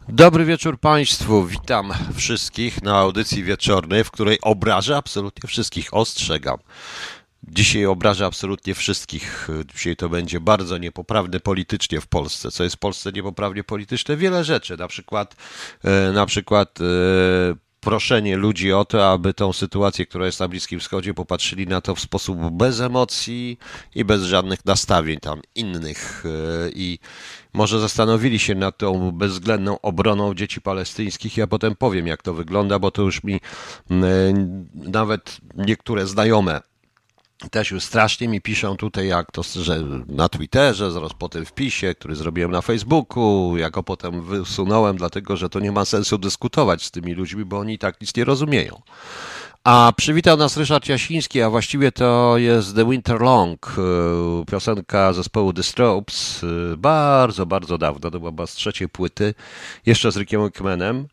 Dobry wieczór Państwu, witam wszystkich na audycji wieczornej, w której obrażę absolutnie wszystkich, ostrzegam. Dzisiaj obrażę absolutnie wszystkich. Dzisiaj to będzie bardzo niepoprawne politycznie w Polsce. Co jest w Polsce niepoprawnie polityczne? Wiele rzeczy, na przykład proszenie ludzi o to, aby tą sytuację, która jest na Bliskim Wschodzie, popatrzyli na to w sposób bez emocji i bez żadnych nastawień tam innych i może zastanowili się nad tą bezwzględną obroną dzieci palestyńskich. Ja potem powiem, jak to wygląda, bo to już mi nawet niektóre znajome też już strasznie mi piszą tutaj, jak to, że na Twitterze, zaraz po tym wpisie, który zrobiłem na Facebooku, jak go potem wysunąłem, dlatego że to nie ma sensu dyskutować z tymi ludźmi, bo oni i tak nic nie rozumieją. A przywitał nas Ryszard Jasiński, a właściwie to jest The Winter Long, piosenka zespołu The Strokes, bardzo, bardzo dawno, to była z trzeciej płyty, jeszcze z Rickiem Wakemanem,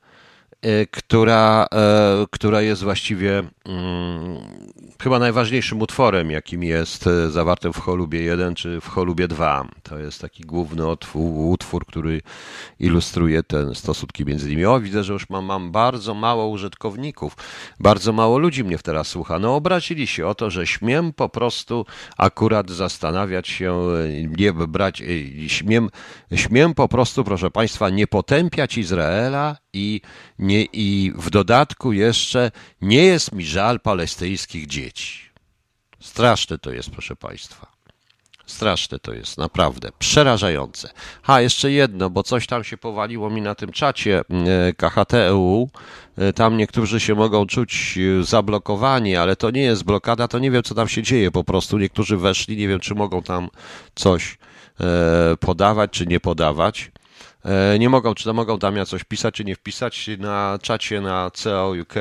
która jest właściwie chyba najważniejszym utworem, jakim jest zawartym w Cholubie 1 czy w Cholubie 2. To jest taki główny utwór, który ilustruje te stosunki między nimi. O, widzę, że już mam bardzo mało użytkowników, bardzo mało ludzi mnie teraz słucha. No obrazili się o to, że śmiem po prostu akurat zastanawiać się, nie brać, śmiem po prostu, proszę Państwa, nie potępiać Izraela i w dodatku jeszcze nie jest mi żal palestyńskich dzieci. Straszne to jest, proszę Państwa. Straszne to jest, naprawdę. Przerażające. Jeszcze jedno, bo coś tam się powaliło mi na tym czacie KHT.EU. Tam niektórzy się mogą czuć zablokowani, ale to nie jest blokada, to nie wiem, co tam się dzieje po prostu. Niektórzy weszli, nie wiem, czy mogą tam coś podawać, czy nie podawać. Nie mogą, czy to mogą tam ja coś pisać, czy nie wpisać. Na czacie na CO UK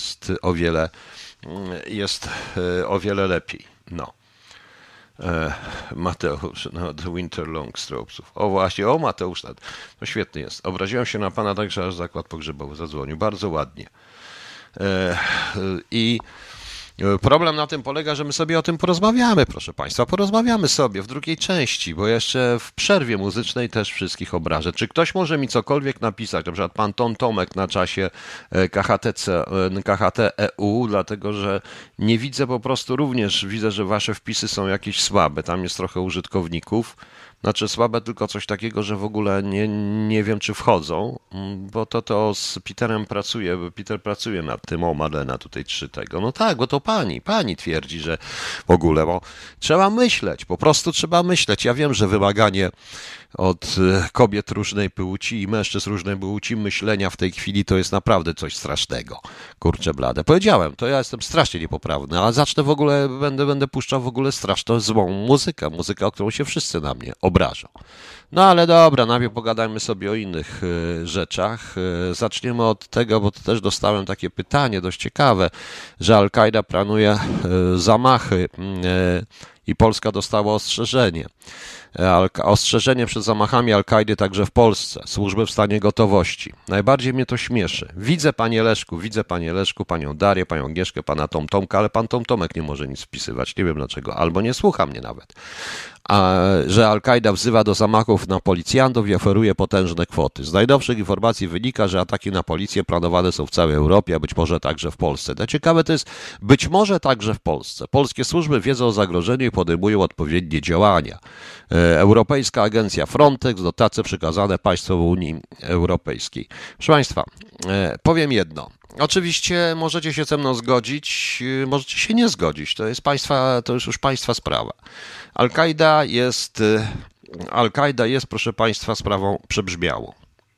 jest o wiele lepiej. No. Mateusz, no, The Winter Long Stropesów. O właśnie, o Mateusz, to świetny jest. Obraziłem się na pana także, aż zakład pogrzebowy zadzwonił. Bardzo ładnie. I problem na tym polega, że my sobie o tym porozmawiamy, proszę Państwa. Porozmawiamy sobie w drugiej części, bo jeszcze w przerwie muzycznej też wszystkich obrażę. Czy ktoś może mi cokolwiek napisać? Na przykład pan Tom Tomek na czasie KHT.EU, dlatego że nie widzę po prostu, również widzę, że wasze wpisy są jakieś słabe. Tam jest trochę użytkowników. Znaczy słabe tylko coś takiego, że w ogóle nie wiem, czy wchodzą, bo to z Peterem pracuje, Peter pracuje nad tym, o Marlena tutaj trzy tego. No tak, bo to pani twierdzi, że w ogóle, bo trzeba myśleć, po prostu trzeba myśleć. Ja wiem, że wymaganie od kobiet różnej płci i mężczyzn różnej płci myślenia w tej chwili to jest naprawdę coś strasznego. Kurczę blade. Powiedziałem, to ja jestem strasznie niepoprawny, a zacznę w ogóle, będę puszczał w ogóle straszną złą muzykę, o którą się wszyscy na mnie obrażą. No ale dobra, najpierw pogadajmy sobie o innych rzeczach. Zaczniemy od tego, bo to też dostałem takie pytanie dość ciekawe, że Al-Kaida planuje zamachy i Polska dostała ostrzeżenie. Ostrzeżenie przed zamachami Al-Kaidy także w Polsce. Służby w stanie gotowości. Najbardziej mnie to śmieszy. Widzę, panie Leszku, panią Darię, panią Agnieszkę, pana Tomka, ale pan Tomek nie może nic wpisywać. Nie wiem dlaczego. Albo nie słucha mnie nawet. Że Al-Kaida wzywa do zamachów na policjantów i oferuje potężne kwoty. Z najnowszych informacji wynika, że ataki na policję planowane są w całej Europie, a być może także w Polsce. To ciekawe to jest, być może także w Polsce. Polskie służby wiedzą o zagrożeniu i podejmują odpowiednie działania. Europejska Agencja Frontex, dotacje przekazane państwom Unii Europejskiej. Proszę Państwa, powiem jedno. Oczywiście możecie się ze mną zgodzić, możecie się nie zgodzić. To jest już państwa sprawa. Al-Kaida jest, proszę Państwa, sprawą przebrzmiałą.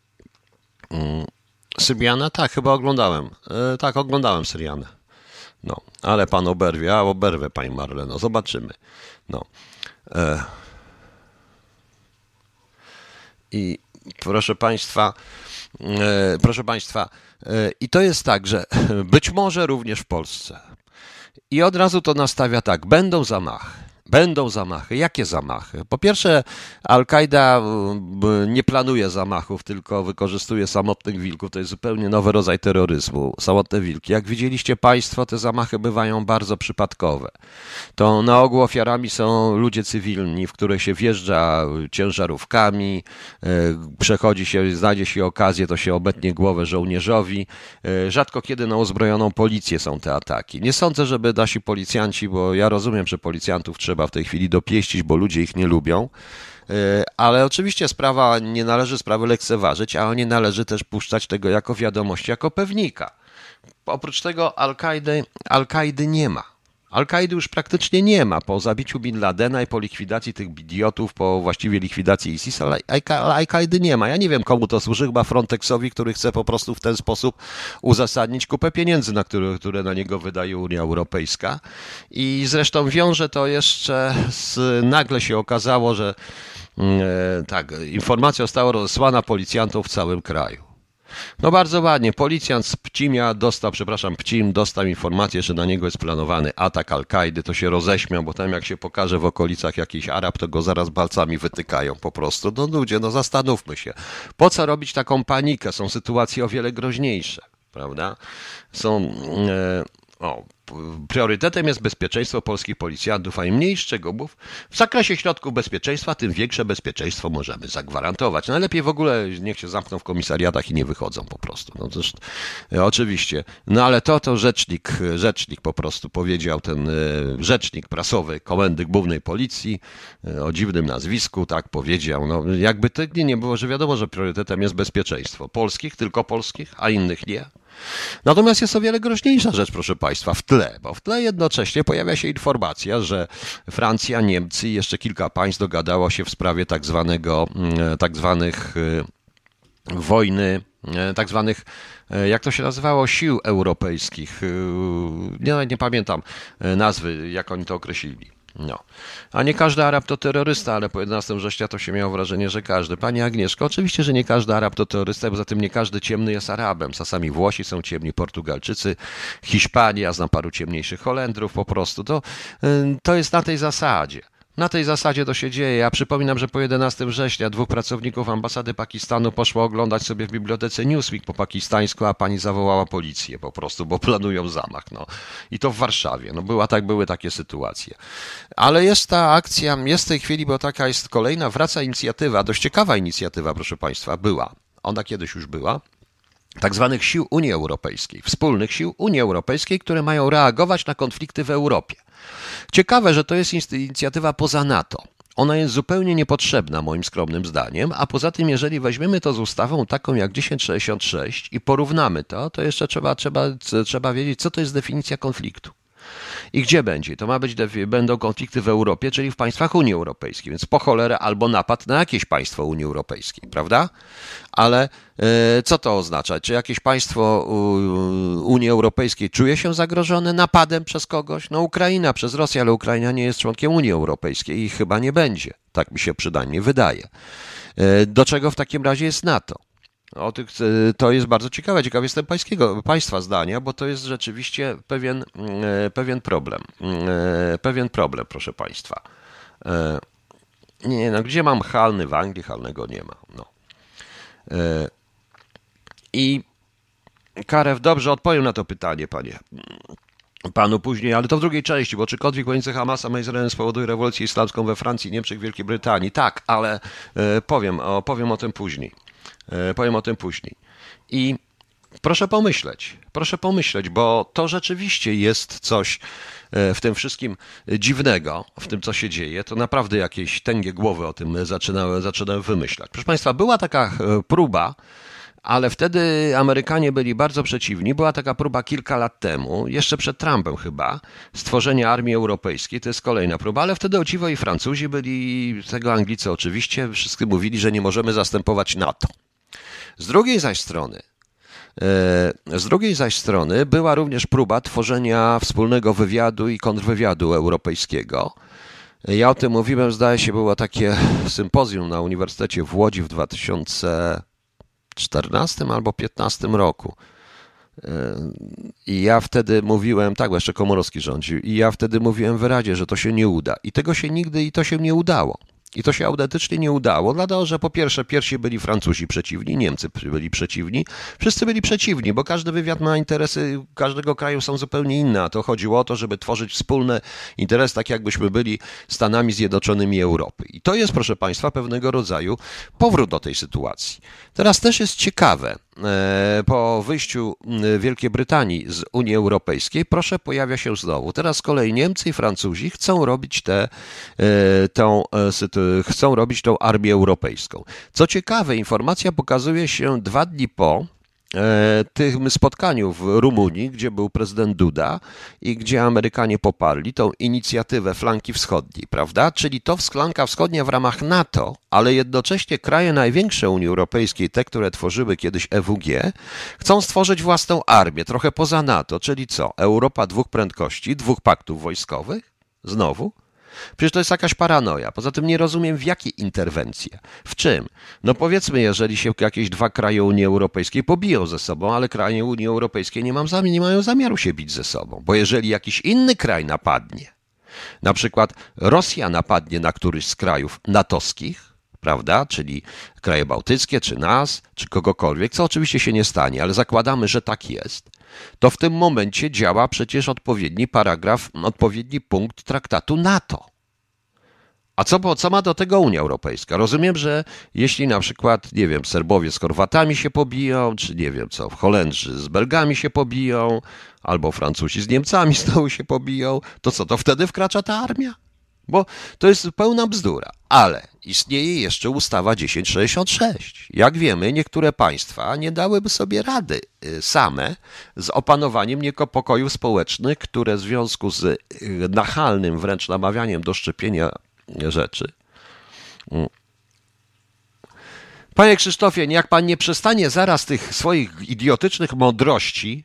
Syriana? Tak, chyba oglądałem. Tak, oglądałem Syrianę. No, ale pan oberwę, pani Marleno, zobaczymy. No. I proszę Państwa, i to jest tak, że być może również w Polsce. I od razu to nastawia tak, będą zamachy. Będą zamachy. Jakie zamachy? Po pierwsze, Al-Kaida nie planuje zamachów, tylko wykorzystuje samotnych wilków. To jest zupełnie nowy rodzaj terroryzmu. Samotne wilki. Jak widzieliście Państwo, te zamachy bywają bardzo przypadkowe. To na ogół ofiarami są ludzie cywilni, w których się wjeżdża ciężarówkami, przechodzi się, znajdzie się okazję, to się obetnie głowę żołnierzowi. Rzadko kiedy na uzbrojoną policję są te ataki. Nie sądzę, żeby nasi policjanci, bo ja rozumiem, że policjantów trzeba w tej chwili dopieścić, bo ludzie ich nie lubią, ale oczywiście nie należy sprawy lekceważyć, a nie należy też puszczać tego jako wiadomości, jako pewnika. Oprócz tego Al-Kaidy nie ma. Al-Kaidy już praktycznie nie ma. Po zabiciu Bin Ladena i po likwidacji tych idiotów, po właściwie likwidacji ISIS, Al-Kaidy nie ma. Ja nie wiem, komu to służy, chyba Frontexowi, który chce po prostu w ten sposób uzasadnić kupę pieniędzy, które na niego wydaje Unia Europejska. I zresztą wiąże to jeszcze nagle się okazało, że informacja została rozesłana policjantom w całym kraju. No bardzo ładnie, policjant z Pcimia Pcim dostał informację, że na niego jest planowany atak Al-Kaidy, to się roześmiał, bo tam jak się pokaże w okolicach jakiś Arab, to go zaraz palcami wytykają po prostu. No ludzie, no zastanówmy się, po co robić taką panikę, są sytuacje o wiele groźniejsze, prawda? Priorytetem jest bezpieczeństwo polskich policjantów, a im mniej szczegółów w zakresie środków bezpieczeństwa, tym większe bezpieczeństwo możemy zagwarantować. Najlepiej w ogóle niech się zamkną w komisariatach i nie wychodzą po prostu. No zresztą, oczywiście. No ale to rzecznik po prostu powiedział, ten rzecznik prasowy Komendy Głównej Policji o dziwnym nazwisku, tak powiedział. No jakby tak nie było, że wiadomo, że priorytetem jest bezpieczeństwo polskich, tylko polskich, a innych nie. Natomiast jest o wiele groźniejsza rzecz, proszę Państwa, bo w tle jednocześnie pojawia się informacja, że Francja, Niemcy i jeszcze kilka państw dogadało się w sprawie tak zwanych wojny, tak zwanych, jak to się nazywało, sił europejskich. Nie pamiętam nazwy, jak oni to określili. No. A nie każdy Arab to terrorysta, ale po 11 września to się miało wrażenie, że każdy. Pani Agnieszko, oczywiście, że nie każdy Arab to terrorysta, poza tym nie każdy ciemny jest Arabem. Czasami Włosi są ciemni, Portugalczycy, Hiszpania, znam paru ciemniejszych Holendrów po prostu. To jest na tej zasadzie. Na tej zasadzie to się dzieje. Ja przypominam, że po 11 września 2 pracowników ambasady Pakistanu poszło oglądać sobie w bibliotece Newsweek po pakistańsku, a pani zawołała policję po prostu, bo planują zamach. No. I to w Warszawie. No były takie sytuacje. Ale jest ta akcja, jest w tej chwili, bo taka jest kolejna, wraca inicjatywa, dość ciekawa inicjatywa, proszę Państwa, była. Ona kiedyś już była. Tak zwanych sił Unii Europejskiej, wspólnych sił Unii Europejskiej, które mają reagować na konflikty w Europie. Ciekawe, że to jest inicjatywa poza NATO. Ona jest zupełnie niepotrzebna moim skromnym zdaniem, a poza tym jeżeli weźmiemy to z ustawą taką jak 1066 i porównamy to jeszcze trzeba wiedzieć, co to jest definicja konfliktu. I gdzie będzie? Będą konflikty w Europie, czyli w państwach Unii Europejskiej, więc po cholerę albo napad na jakieś państwo Unii Europejskiej, prawda? Ale co to oznacza? Czy jakieś państwo Unii Europejskiej czuje się zagrożone napadem przez kogoś? No Ukraina przez Rosję, ale Ukraina nie jest członkiem Unii Europejskiej i chyba nie będzie. Tak mi się przynajmniej wydaje. Do czego w takim razie jest NATO? To jest bardzo ciekawe. Ciekaw jestem Państwa zdania, bo to jest rzeczywiście pewien problem. Pewien problem, proszę Państwa. Nie, no gdzie mam halny w Anglii? Halnego nie ma. No. I Karew, dobrze, odpowiem na to pytanie, panu później, ale to w drugiej części, bo czy konflikt pomiędzy Hamasem a Izraelem spowoduje rewolucję islamską we Francji, Niemczech, Wielkiej Brytanii? Tak, ale powiem o tym później. I proszę pomyśleć, bo to rzeczywiście jest coś w tym wszystkim dziwnego, w tym co się dzieje. To naprawdę jakieś tęgie głowy o tym zaczynały wymyślać. Proszę Państwa, była taka próba, ale wtedy Amerykanie byli bardzo przeciwni. Była taka próba kilka lat temu, jeszcze przed Trumpem chyba, stworzenia armii europejskiej. To jest kolejna próba, ale wtedy o dziwo i Francuzi byli, tego Anglicy oczywiście, wszyscy mówili, że nie możemy zastępować NATO. Z drugiej zaś strony była również próba tworzenia wspólnego wywiadu i kontrwywiadu europejskiego. Ja o tym mówiłem, zdaje się, było takie sympozjum na Uniwersytecie w Łodzi w 2014 albo 2015 roku. I ja wtedy mówiłem, tak, bo jeszcze Komorowski rządził, i ja wtedy mówiłem wyraźnie, że to się nie uda. I tego się nigdy, i to się nie udało. I to się autentycznie nie udało, dlatego że po pierwsze pierwsi byli Francuzi przeciwni, Niemcy byli przeciwni, wszyscy byli przeciwni, bo każdy wywiad ma interesy każdego kraju są zupełnie inne, a to chodziło o to, żeby tworzyć wspólne interesy, tak jakbyśmy byli Stanami Zjednoczonymi Europy. I to jest, proszę Państwa, pewnego rodzaju powrót do tej sytuacji. Teraz też jest ciekawe, po wyjściu Wielkiej Brytanii z Unii Europejskiej, proszę, pojawia się znowu. Teraz z kolei Niemcy i Francuzi chcą robić chcą robić tą armię europejską. Co ciekawe, informacja pokazuje się 2 dni po tym spotkaniu w Rumunii, gdzie był prezydent Duda i gdzie Amerykanie poparli tą inicjatywę flanki wschodniej, prawda? Czyli to flanka wschodnia w ramach NATO, ale jednocześnie kraje największe Unii Europejskiej, te, które tworzyły kiedyś EWG, chcą stworzyć własną armię, trochę poza NATO, czyli co? Europa 2 prędkości, 2 paktów wojskowych? Znowu? Przecież to jest jakaś paranoja. Poza tym nie rozumiem, w jakie interwencje. W czym? No powiedzmy, jeżeli się jakieś 2 kraje Unii Europejskiej pobiją ze sobą, ale kraje Unii Europejskiej nie mają zamiaru się bić ze sobą. Bo jeżeli jakiś inny kraj napadnie, na przykład Rosja napadnie na któryś z krajów natowskich, prawda, czyli kraje bałtyckie, czy nas, czy kogokolwiek, co oczywiście się nie stanie, ale zakładamy, że tak jest, to w tym momencie działa przecież odpowiedni paragraf, odpowiedni punkt traktatu NATO. A co ma do tego Unia Europejska? Rozumiem, że jeśli na przykład, nie wiem, Serbowie z Chorwatami się pobiją, czy nie wiem co, Holendrzy z Belgami się pobiją, albo Francuzi z Niemcami znowu się pobiją, to co, to wtedy wkracza ta armia? Bo to jest pełna bzdura. Ale istnieje jeszcze ustawa 1066. Jak wiemy, niektóre państwa nie dałyby sobie rady same z opanowaniem niepokojów społecznych, które w związku z nachalnym wręcz namawianiem do szczepienia rzeczy. Panie Krzysztofie, jak pan nie przestanie zaraz tych swoich idiotycznych mądrości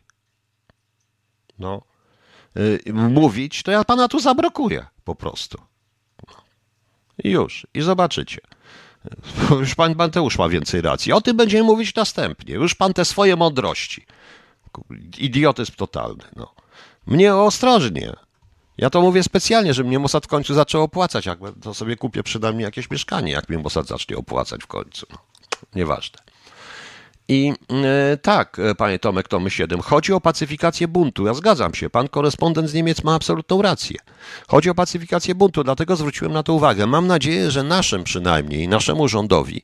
mówić, to ja pana tu zablokuję po prostu. I już. I zobaczycie. Już pan Teusz ma więcej racji. O tym będziemy mówić następnie. Już pan te swoje mądrości. Idiotyzm totalny. No. Mnie ostrożnie. Ja to mówię specjalnie, żeby mnie Mossad w końcu zaczął opłacać. Jak to sobie kupię przynajmniej jakieś mieszkanie, jak mnie Mossad zacznie opłacać w końcu. No. Nieważne. I tak, panie Tomek, Tomy 7, chodzi o pacyfikację buntu. Ja zgadzam się, pan korespondent z Niemiec ma absolutną rację. Chodzi o pacyfikację buntu, dlatego zwróciłem na to uwagę. Mam nadzieję, że naszemu rządowi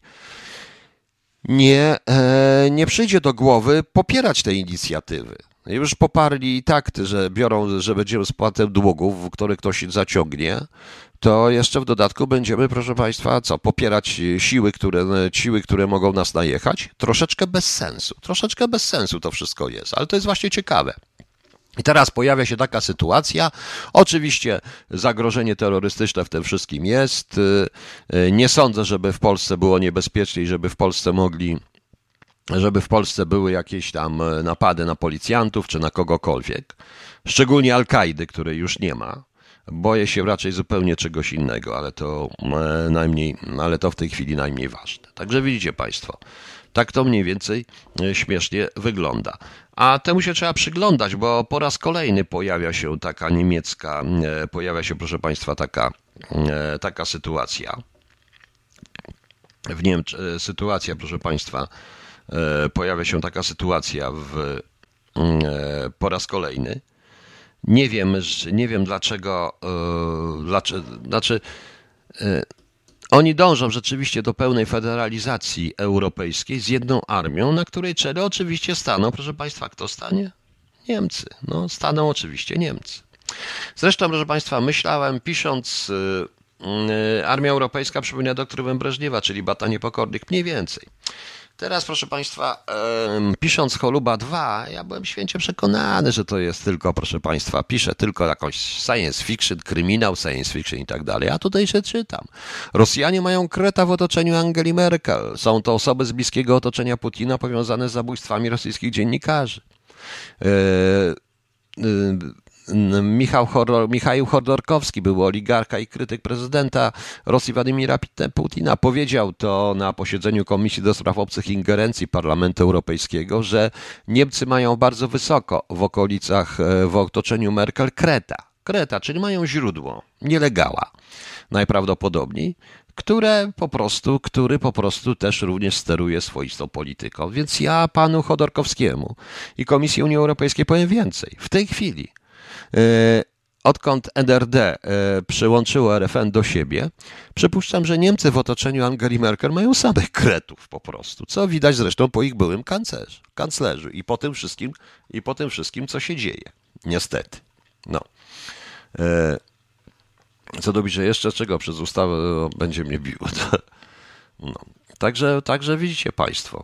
nie przyjdzie do głowy popierać tej inicjatywy. Już poparli takt, że będziemy spłatę długów, które ktoś zaciągnie, to jeszcze w dodatku będziemy, proszę Państwa, popierać siły, które mogą nas najechać? Troszeczkę bez sensu to wszystko jest, ale to jest właśnie ciekawe. I teraz pojawia się taka sytuacja, oczywiście zagrożenie terrorystyczne w tym wszystkim jest, nie sądzę, żeby w Polsce było niebezpiecznie i żeby w Polsce były jakieś tam napady na policjantów czy na kogokolwiek, szczególnie Al-Kaidy, której już nie ma. Boję się raczej zupełnie czegoś innego, ale to w tej chwili najmniej ważne. Także widzicie Państwo, tak to mniej więcej śmiesznie wygląda. A temu się trzeba przyglądać, bo po raz kolejny pojawia się, proszę Państwa, taka sytuacja. Proszę Państwa, pojawia się taka sytuacja po raz kolejny. Nie wiem dlaczego, oni dążą rzeczywiście do pełnej federalizacji europejskiej z jedną armią, na której czele oczywiście staną, proszę Państwa, kto stanie? Niemcy. No, staną oczywiście Niemcy. Zresztą, proszę Państwa, myślałem, pisząc Armia Europejska przypomina doktrynę Breżniewa, czyli Bata Niepokornych, mniej więcej. Teraz, proszę Państwa, pisząc Choluba 2, ja byłem święcie przekonany, że to jest tylko, proszę Państwa, piszę tylko jakąś science fiction, kryminał, science fiction i tak dalej. A tutaj się czytam. Rosjanie mają kreta w otoczeniu Angeli Merkel. Są to osoby z bliskiego otoczenia Putina powiązane z zabójstwami rosyjskich dziennikarzy. Michał Chodorkowski, był oligarcha i krytyk prezydenta Rosji Władimira Putina, powiedział to na posiedzeniu Komisji do Spraw Obcych Ingerencji Parlamentu Europejskiego, że Niemcy mają bardzo wysoko w okolicach, w otoczeniu Merkel Kreta, czyli mają źródło, nielegała najprawdopodobniej, który po prostu też również steruje swoistą polityką. Więc ja panu Chodorkowskiemu i Komisji Unii Europejskiej powiem więcej. W tej chwili, odkąd NRD przyłączyło RFN do siebie, przypuszczam, że Niemcy w otoczeniu Angeli Merkel mają samych kretów po prostu, co widać zresztą po ich byłym kanclerzu i po tym wszystkim, co się dzieje. Niestety. No. Co dobić, że jeszcze czego przez ustawę będzie mnie biło. No. Także widzicie Państwo.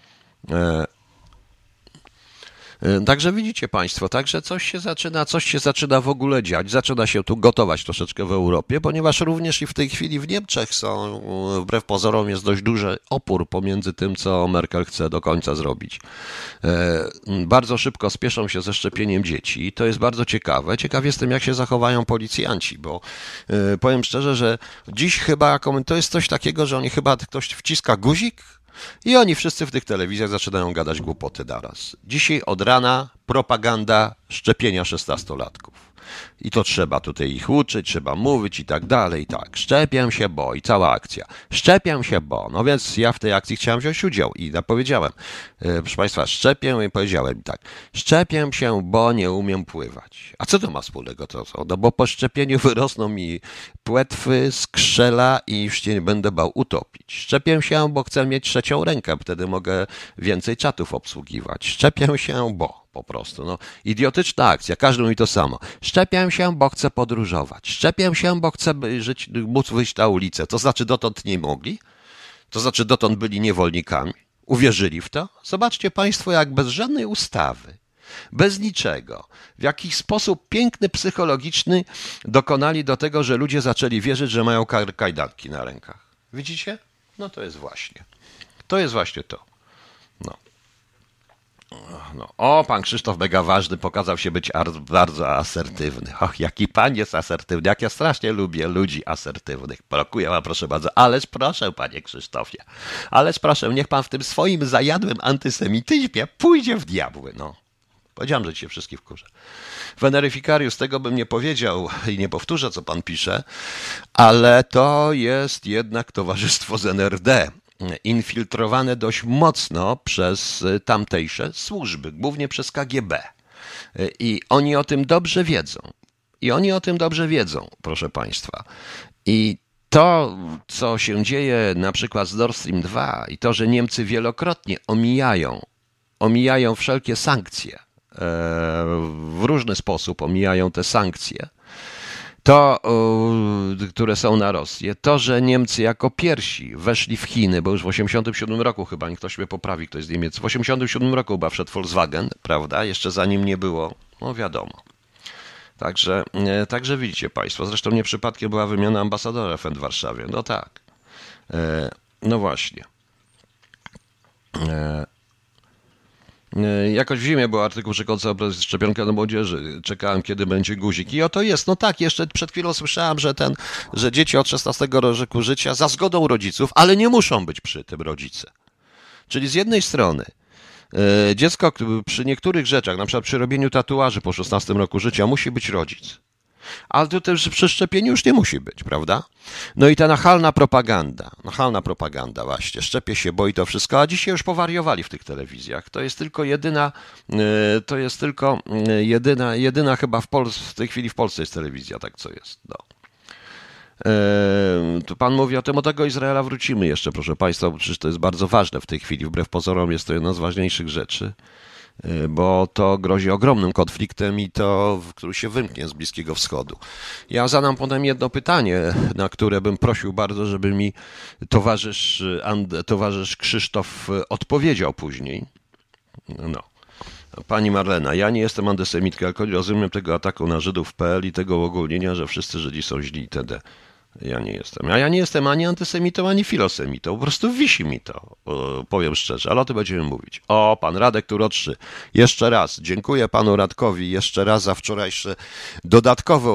Także widzicie Państwo, także coś się zaczyna w ogóle dziać, zaczyna się tu gotować troszeczkę w Europie, ponieważ również i w tej chwili w Niemczech są, wbrew pozorom, jest dość duży opór pomiędzy tym, co Merkel chce do końca zrobić. Bardzo szybko spieszą się ze szczepieniem dzieci i to jest bardzo ciekawe. Ciekaw jestem, jak się zachowają policjanci, bo powiem szczerze, że dziś chyba to jest coś takiego, że oni chyba ktoś wciska guzik, i oni wszyscy w tych telewizjach zaczynają gadać głupoty naraz. Dzisiaj od rana propaganda szczepienia 16-latków. I to trzeba tutaj ich uczyć, trzeba mówić i tak dalej, i tak. Szczepię się, bo i cała akcja. Szczepię się, bo. No więc ja w tej akcji chciałem wziąć udział i powiedziałem, proszę Państwa, szczepię i powiedziałem tak. Szczepię się, bo nie umiem pływać. A co to ma wspólnego to? No bo po szczepieniu wyrosną mi płetwy, skrzela i już się nie będę bał utopić. Szczepię się, bo chcę mieć trzecią rękę, wtedy mogę więcej czatów obsługiwać. Szczepię się, bo. Po prostu, no, idiotyczna akcja, każdy mówi to samo. Szczepię się, bo chcę podróżować. Szczepię się, bo chcę móc wyjść na ulicę. To znaczy dotąd nie mogli? To znaczy dotąd byli niewolnikami? Uwierzyli w to? Zobaczcie Państwo, jak bez żadnej ustawy, bez niczego, w jakiś sposób piękny, psychologiczny dokonali do tego, że ludzie zaczęli wierzyć, że mają kajdanki na rękach. Widzicie? No to jest właśnie to. No. No. O, pan Krzysztof mega ważny, pokazał się być bardzo asertywny. Och, jaki pan jest asertywny, jak ja strasznie lubię ludzi asertywnych. Brakuje wam, proszę bardzo. Ależ proszę, panie Krzysztofie, ależ proszę, niech pan w tym swoim zajadłym antysemityzmie pójdzie w diabły, no. Powiedziałem, że cię wszystkich wkurzę. Weneryfikarius, tego bym nie powiedział i nie powtórzę, co pan pisze, ale to jest jednak towarzystwo z NRD. Infiltrowane dość mocno przez tamtejsze służby, głównie przez KGB. I oni o tym dobrze wiedzą. Proszę Państwa. I to, co się dzieje na przykład z Nord Stream 2 i to, że Niemcy wielokrotnie omijają wszelkie sankcje, w różny sposób omijają te sankcje, to, które są na Rosję, to, że Niemcy jako pierwsi weszli w Chiny, bo już w 1987 roku chyba, niech ktoś mnie poprawi, ktoś z Niemiec, w 1987 roku chyba wszedł Volkswagen, prawda, jeszcze zanim nie było, no wiadomo. Także widzicie Państwo, zresztą nie przypadkiem była wymiana ambasadora FN w Warszawie, no tak, no właśnie. Jakoś w zimie był artykuł rzekący o szczepionkę na młodzieży. Czekałem, kiedy będzie guzik. I oto jest. No tak, jeszcze przed chwilą słyszałem, że dzieci od 16 roku życia za zgodą rodziców, ale nie muszą być przy tym rodzice. Czyli z jednej strony dziecko przy niektórych rzeczach, na przykład przy robieniu tatuaży po 16 roku życia, musi być rodzic. Ale to też przy szczepieniu już nie musi być, prawda? No i ta nachalna propaganda właśnie, szczepie się, boi to wszystko, a dzisiaj już powariowali w tych telewizjach. To jest tylko jedyna chyba w tej chwili w Polsce jest telewizja, tak co jest, no. Tu pan mówi o tym, o tego Izraela wrócimy jeszcze, proszę Państwa, bo przecież to jest bardzo ważne w tej chwili, wbrew pozorom jest to jedna z ważniejszych rzeczy, bo to grozi ogromnym konfliktem i to, który się wymknie z Bliskiego Wschodu. Ja zadam potem jedno pytanie, na które bym prosił bardzo, żeby mi towarzysz Krzysztof odpowiedział później. No. Pani Marlena, ja nie jestem antysemitką, tylko nie rozumiem tego ataku na Żydów w PL i tego uogólnienia, że wszyscy Żydzi są źli itd. Ja nie jestem. A ja nie jestem ani antysemitą, ani filosemitą. Po prostu wisi mi to, powiem szczerze, ale o tym będziemy mówić. O, pan Radek Turoczy. Jeszcze raz dziękuję panu Radkowi jeszcze raz za wczorajsze dodatkowe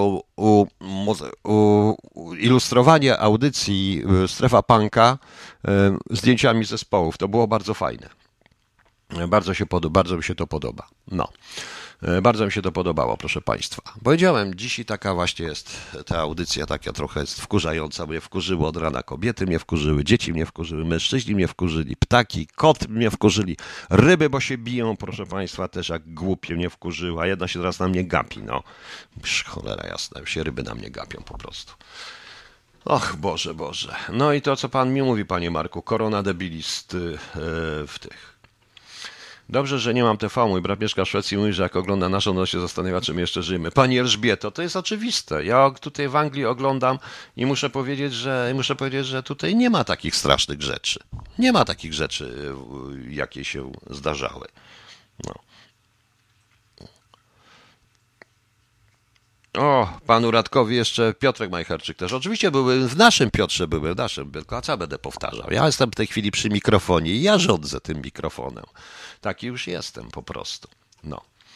ilustrowanie audycji Strefa Punka zdjęciami zespołów. To było bardzo fajne. Bardzo mi się to podoba. No. Bardzo mi się to podobało, proszę Państwa. Powiedziałem, dzisiaj taka właśnie jest ta audycja, taka trochę jest wkurzająca. Mnie wkurzyło od rana kobiety, mnie wkurzyły, dzieci mnie wkurzyły, mężczyźni mnie wkurzyli, ptaki, kot mnie wkurzyli, ryby, bo się biją, proszę Państwa, też jak głupie mnie wkurzyła. Jedna się teraz na mnie gapi, no. Cholera jasna, już się ryby na mnie gapią po prostu. Och, Boże, Boże. No i to, co Pan mi mówi, Panie Marku, korona debilist w tych. Dobrze, że nie mam TV. Mój brat mieszka w Szwecji i mówi, że jak ogląda naszą, to się zastanawia, czym jeszcze żyjemy. Pani Elżbieto, to jest oczywiste. Ja tutaj w Anglii oglądam i muszę powiedzieć, że tutaj nie ma takich strasznych rzeczy. Nie ma takich rzeczy, jakie się zdarzały. No. O, panu Radkowi jeszcze Piotrek Majcherczyk też. Oczywiście były, w naszym Piotrze były, w naszym, tylko a co będę powtarzał? Ja jestem w tej chwili przy mikrofonie i ja rządzę tym mikrofonem. Taki już jestem po prostu. No.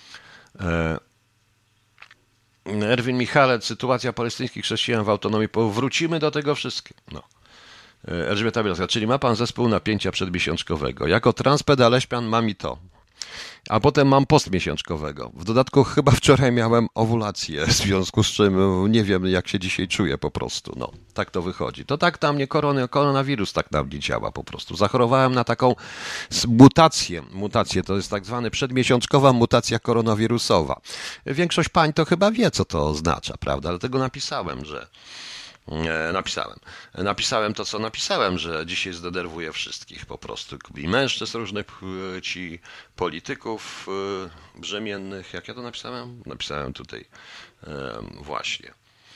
Erwin Michalec, sytuacja palestyńskich chrześcijan w autonomii. Wrócimy do tego wszystkiego. No. Elżbieta Bielska, czyli ma pan zespół napięcia przedmiesiączkowego. Jako transpedaleśpian mam i to. A potem mam postmiesiączkowego. W dodatku chyba wczoraj miałem owulację, w związku z czym nie wiem, jak się dzisiaj czuję po prostu. No, tak to wychodzi. To tak na mnie koronawirus tak na mnie działa po prostu. Zachorowałem na taką mutację to jest tak zwana przedmiesiączkowa mutacja koronawirusowa. Większość pań to chyba wie, co to oznacza, prawda? Dlatego Napisałem to, co napisałem, że dzisiaj zdenerwuję wszystkich po prostu. I mężczyzn różnych płci, polityków brzemiennych. Jak ja to napisałem? Napisałem tutaj właśnie.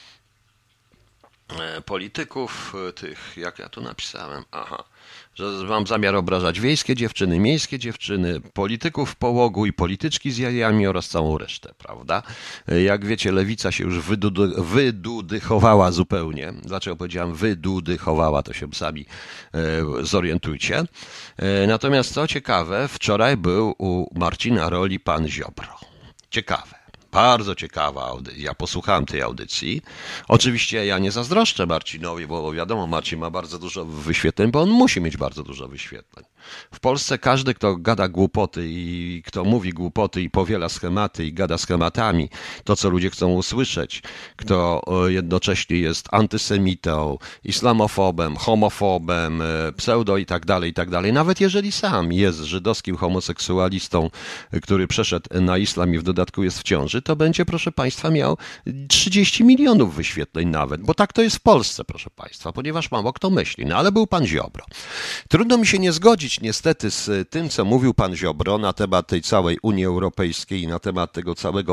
Polityków tych, jak ja to napisałem? Aha. Że mam zamiar obrażać wiejskie dziewczyny, miejskie dziewczyny, polityków w połogu i polityczki z jajami oraz całą resztę, prawda? Jak wiecie, lewica się już wydudychowała zupełnie. Dlaczego powiedziałem wydudychowała, to się sami zorientujcie. Natomiast co ciekawe, wczoraj był u Marcina Roli pan Ziobro. Ciekawe. Bardzo ciekawa audycja. Ja posłuchałem tej audycji. Oczywiście ja nie zazdroszczę Marcinowi, bo wiadomo, Marcin ma bardzo dużo wyświetleń, bo on musi mieć bardzo dużo wyświetleń. W Polsce każdy, kto gada głupoty i kto mówi głupoty i powiela schematy i gada schematami, to co ludzie chcą usłyszeć, kto jednocześnie jest antysemitą, islamofobem, homofobem, pseudo i tak dalej, nawet jeżeli sam jest żydowskim homoseksualistą, który przeszedł na islam i w dodatku jest w ciąży, to będzie, proszę Państwa, miał 30 milionów wyświetleń nawet, bo tak to jest w Polsce, proszę Państwa, ponieważ mało kto myśli. No ale był pan Ziobro. Trudno mi się nie zgodzić niestety z tym, co mówił pan Ziobro na temat tej całej Unii Europejskiej i na temat tego całego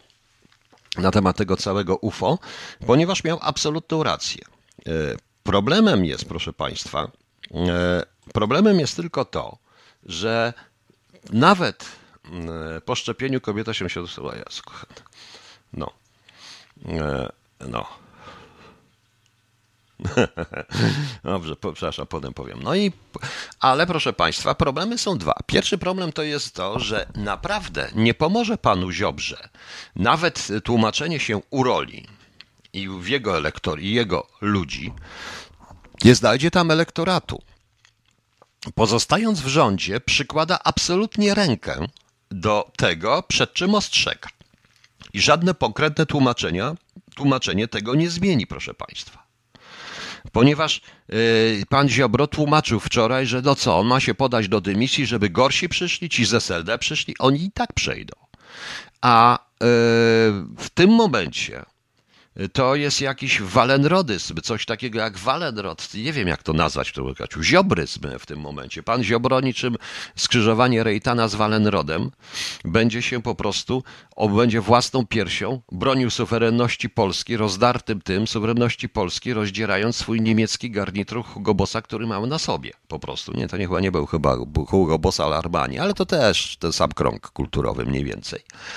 UFO, ponieważ miał absolutną rację. Problemem jest, proszę Państwa, problemem jest tylko to, że nawet po szczepieniu kobieta się odsyła. No. No. Dobrze, przepraszam, potem powiem. No i, ale proszę Państwa, problemy są dwa. Pierwszy problem to jest to, że naprawdę nie pomoże panu Ziobrze nawet tłumaczenie się u Roli i w jego i jego ludzi, nie znajdzie tam elektoratu. Pozostając w rządzie, przykłada absolutnie rękę do tego, przed czym ostrzega. I żadne konkretne tłumaczenie tego nie zmieni, proszę Państwa. Ponieważ pan Ziobro tłumaczył wczoraj, że no co, on ma się podać do dymisji, żeby gorsi przyszli, ci z SLD przyszli, oni i tak przejdą. A w tym momencie to jest jakiś walenrodyzm, coś takiego jak walenrod, nie wiem jak to nazwać, ziobryzm w tym momencie. Pan Ziobro niczym skrzyżowanie Rejtana z Walenrodem będzie się po prostu, będzie własną piersią bronił suwerenności Polski, rozdartym tym suwerenności Polski, rozdzierając swój niemiecki garnitur Hugo Bossa, który mamy na sobie po prostu. Nie, to nie był chyba Hugo Boss, ale Armani, ale to też ten sam krąg kulturowy mniej więcej.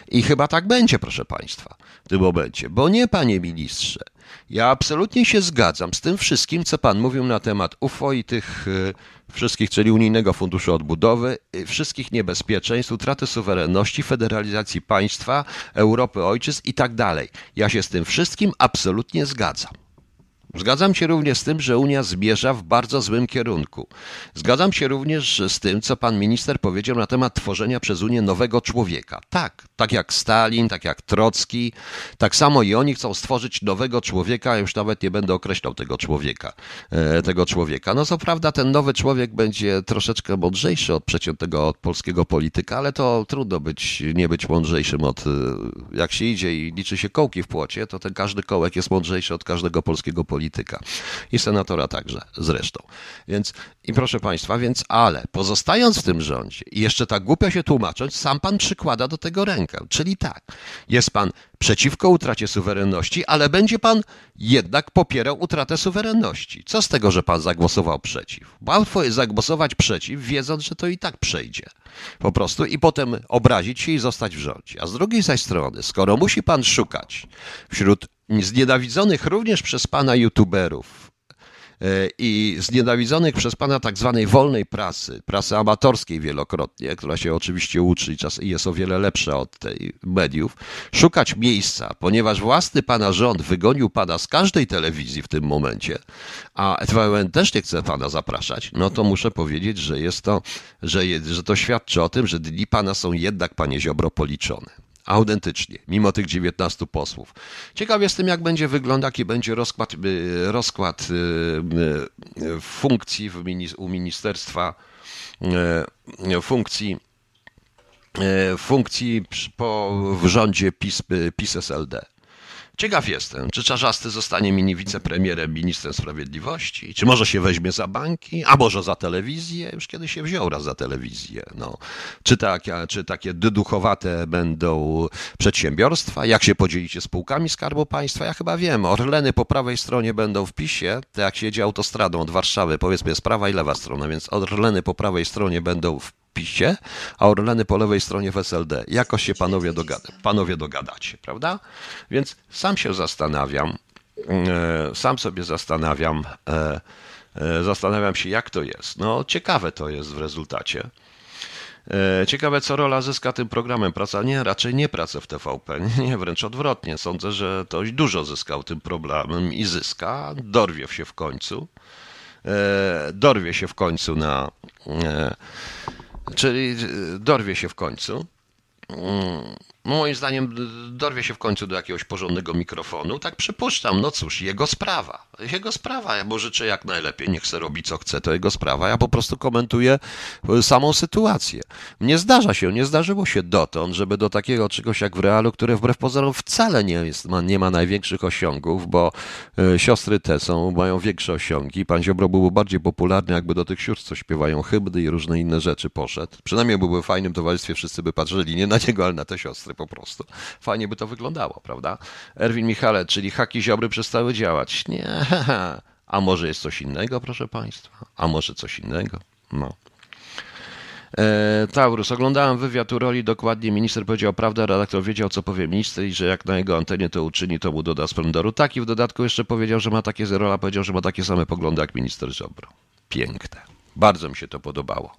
I chyba tak będzie, proszę Państwa, w tym momencie. Bo nie, panie ministrze, ja absolutnie się zgadzam z tym wszystkim, co pan mówił na temat UFO i tych wszystkich, czyli Unijnego Funduszu Odbudowy, wszystkich niebezpieczeństw, utraty suwerenności, federalizacji państwa, Europy ojczyzn i tak dalej. Ja się z tym wszystkim absolutnie zgadzam. Zgadzam się również z tym, że Unia zmierza w bardzo złym kierunku. Zgadzam się również z tym, co pan minister powiedział na temat tworzenia przez Unię nowego człowieka. Tak jak Stalin, tak jak Trocki, tak samo i oni chcą stworzyć nowego człowieka, już nawet nie będę określał tego człowieka. No co prawda ten nowy człowiek będzie troszeczkę mądrzejszy od przeciętnego od polskiego polityka, ale to trudno nie być mądrzejszym jak się idzie i liczy się kołki w płocie, to ten każdy kołek jest mądrzejszy od każdego polskiego polityka. I senatora także zresztą. I proszę Państwa, ale pozostając w tym rządzie i jeszcze tak głupio się tłumacząc, sam pan przykłada do tego rękę. Czyli tak, jest pan przeciwko utracie suwerenności, ale będzie pan jednak popierał utratę suwerenności. Co z tego, że pan zagłosował przeciw? Łatwo jest zagłosować przeciw, wiedząc, że to i tak przejdzie. Po prostu i potem obrazić się i zostać w rządzie. A z drugiej zaś strony, skoro musi pan szukać wśród znienawidzonych również przez pana youtuberów i znienawidzonych przez pana tak zwanej wolnej prasy amatorskiej wielokrotnie, która się oczywiście uczy i jest o wiele lepsza od tej mediów, szukać miejsca, ponieważ własny pana rząd wygonił pana z każdej telewizji w tym momencie, a TVN też nie chce pana zapraszać, no to muszę powiedzieć, że to świadczy o tym, że dni pana są jednak, panie Ziobro, policzone. Autentycznie, mimo tych 19 posłów. Ciekaw jestem, jak będzie wyglądał, jaki będzie rozkład funkcji u ministerstwa, funkcji w rządzie PiS-SLD. Ciekaw jestem, czy Czarzasty zostanie wicepremierem, ministrem sprawiedliwości, czy może się weźmie za banki, a może za telewizję, już kiedy się wziął raz za telewizję, no. Czy takie dyduchowate będą przedsiębiorstwa, jak się podzielicie spółkami Skarbu Państwa, ja chyba wiem, Orleny po prawej stronie będą w PiS-ie, to jak się jedzie autostradą od Warszawy, powiedzmy jest prawa i lewa strona, więc Orleny po prawej stronie będą w PiS-ie, a Orleny po lewej stronie w SLD. Jakoś się panowie dogadacie, prawda? Więc sam sobie zastanawiam się, jak to jest. No, ciekawe to jest w rezultacie. Ciekawe, co rola zyska tym programem. Raczej nie pracę w TVP, nie, wręcz odwrotnie. Sądzę, że dość dużo zyskał tym problemem i zyska, dorwie się w końcu dorwie się w końcu. Moim zdaniem dorwie się w końcu do jakiegoś porządnego mikrofonu. Tak przypuszczam, no cóż, jego sprawa. Ja mu życzę jak najlepiej, niech se robi co chce, to jego sprawa. Ja po prostu komentuję samą sytuację. Nie zdarzyło się dotąd, żeby do takiego czegoś jak w Realu, które wbrew pozorom wcale nie ma największych osiągów, bo siostry te mają większe osiągi. Pan Ziobro byłby bardziej popularny, jakby do tych sióstr, co śpiewają hymny i różne inne rzeczy poszedł. Przynajmniej byłby w fajnym towarzystwie, wszyscy by patrzyli nie na niego, ale na te siostry po prostu. Fajnie by to wyglądało, prawda? Erwin Michale, czyli haki Ziobry przestały działać. Nie. A może jest coś innego, proszę Państwa? A może coś innego? No. Taurus, oglądałem wywiad u Roli, dokładnie minister powiedział prawdę, redaktor wiedział, co powie minister i że jak na jego antenie to uczyni, to mu doda splendoru. Tak, i w dodatku jeszcze powiedział, że Rola powiedział, że ma takie same poglądy jak minister Ziobro. Piękne. Bardzo mi się to podobało.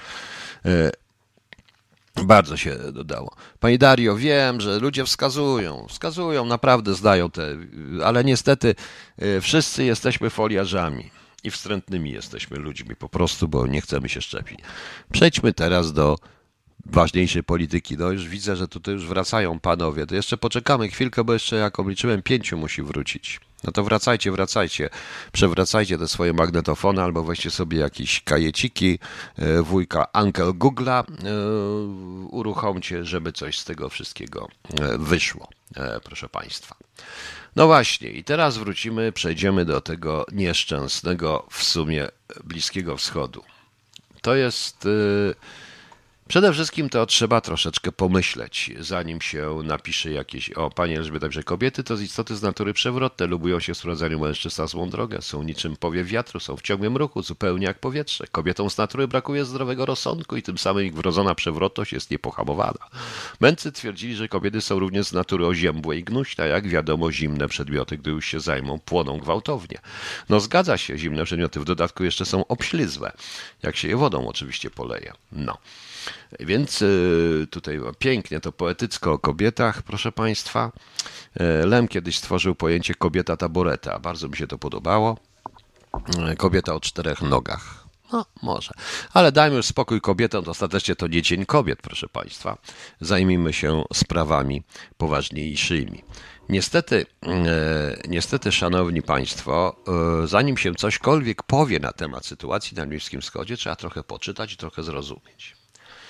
Bardzo się dodało. Pani Dario, wiem, że ludzie wskazują, naprawdę zdają ale niestety wszyscy jesteśmy foliarzami i wstrętnymi jesteśmy ludźmi po prostu, bo nie chcemy się szczepić. Przejdźmy teraz do ważniejszej polityki. No już widzę, że tutaj już wracają panowie. To jeszcze poczekamy chwilkę, bo jeszcze jak obliczyłem 5 musi wrócić. No to wracajcie, przewracajcie te swoje magnetofony albo weźcie sobie jakieś kajeciki, wujka Uncle Google'a, uruchomcie, żeby coś z tego wszystkiego wyszło, proszę Państwa. No właśnie i teraz przejdziemy do tego nieszczęsnego w sumie Bliskiego Wschodu. To jest Przede wszystkim to trzeba troszeczkę pomyśleć, zanim się napisze jakieś... O, Pani Elżbieta, że kobiety to z istoty z natury przewrotne, lubują się w sprowadzaniu mężczyzn na złą drogę, są niczym powiew wiatru, są w ciągłym ruchu, zupełnie jak powietrze. Kobietom z natury brakuje zdrowego rozsądku i tym samym ich wrodzona przewrotność jest niepohamowana. Mędrcy twierdzili, że kobiety są również z natury oziębłe i gnuśne, jak wiadomo, zimne przedmioty, gdy już się zajmą, płoną gwałtownie. No zgadza się, zimne przedmioty w dodatku jeszcze są obślizłe, jak się je wodą oczywiście poleje. No. Więc tutaj pięknie to poetycko o kobietach, proszę Państwa. Lem kiedyś stworzył pojęcie kobieta taboreta. Bardzo mi się to podobało. Kobieta o 4 nogach. No, może. Ale dajmy już spokój kobietom, to ostatecznie to nie dzień kobiet, proszę Państwa. Zajmijmy się sprawami poważniejszymi. Niestety, szanowni Państwo, zanim się cośkolwiek powie na temat sytuacji na Bliskim Wschodzie, trzeba trochę poczytać i trochę zrozumieć.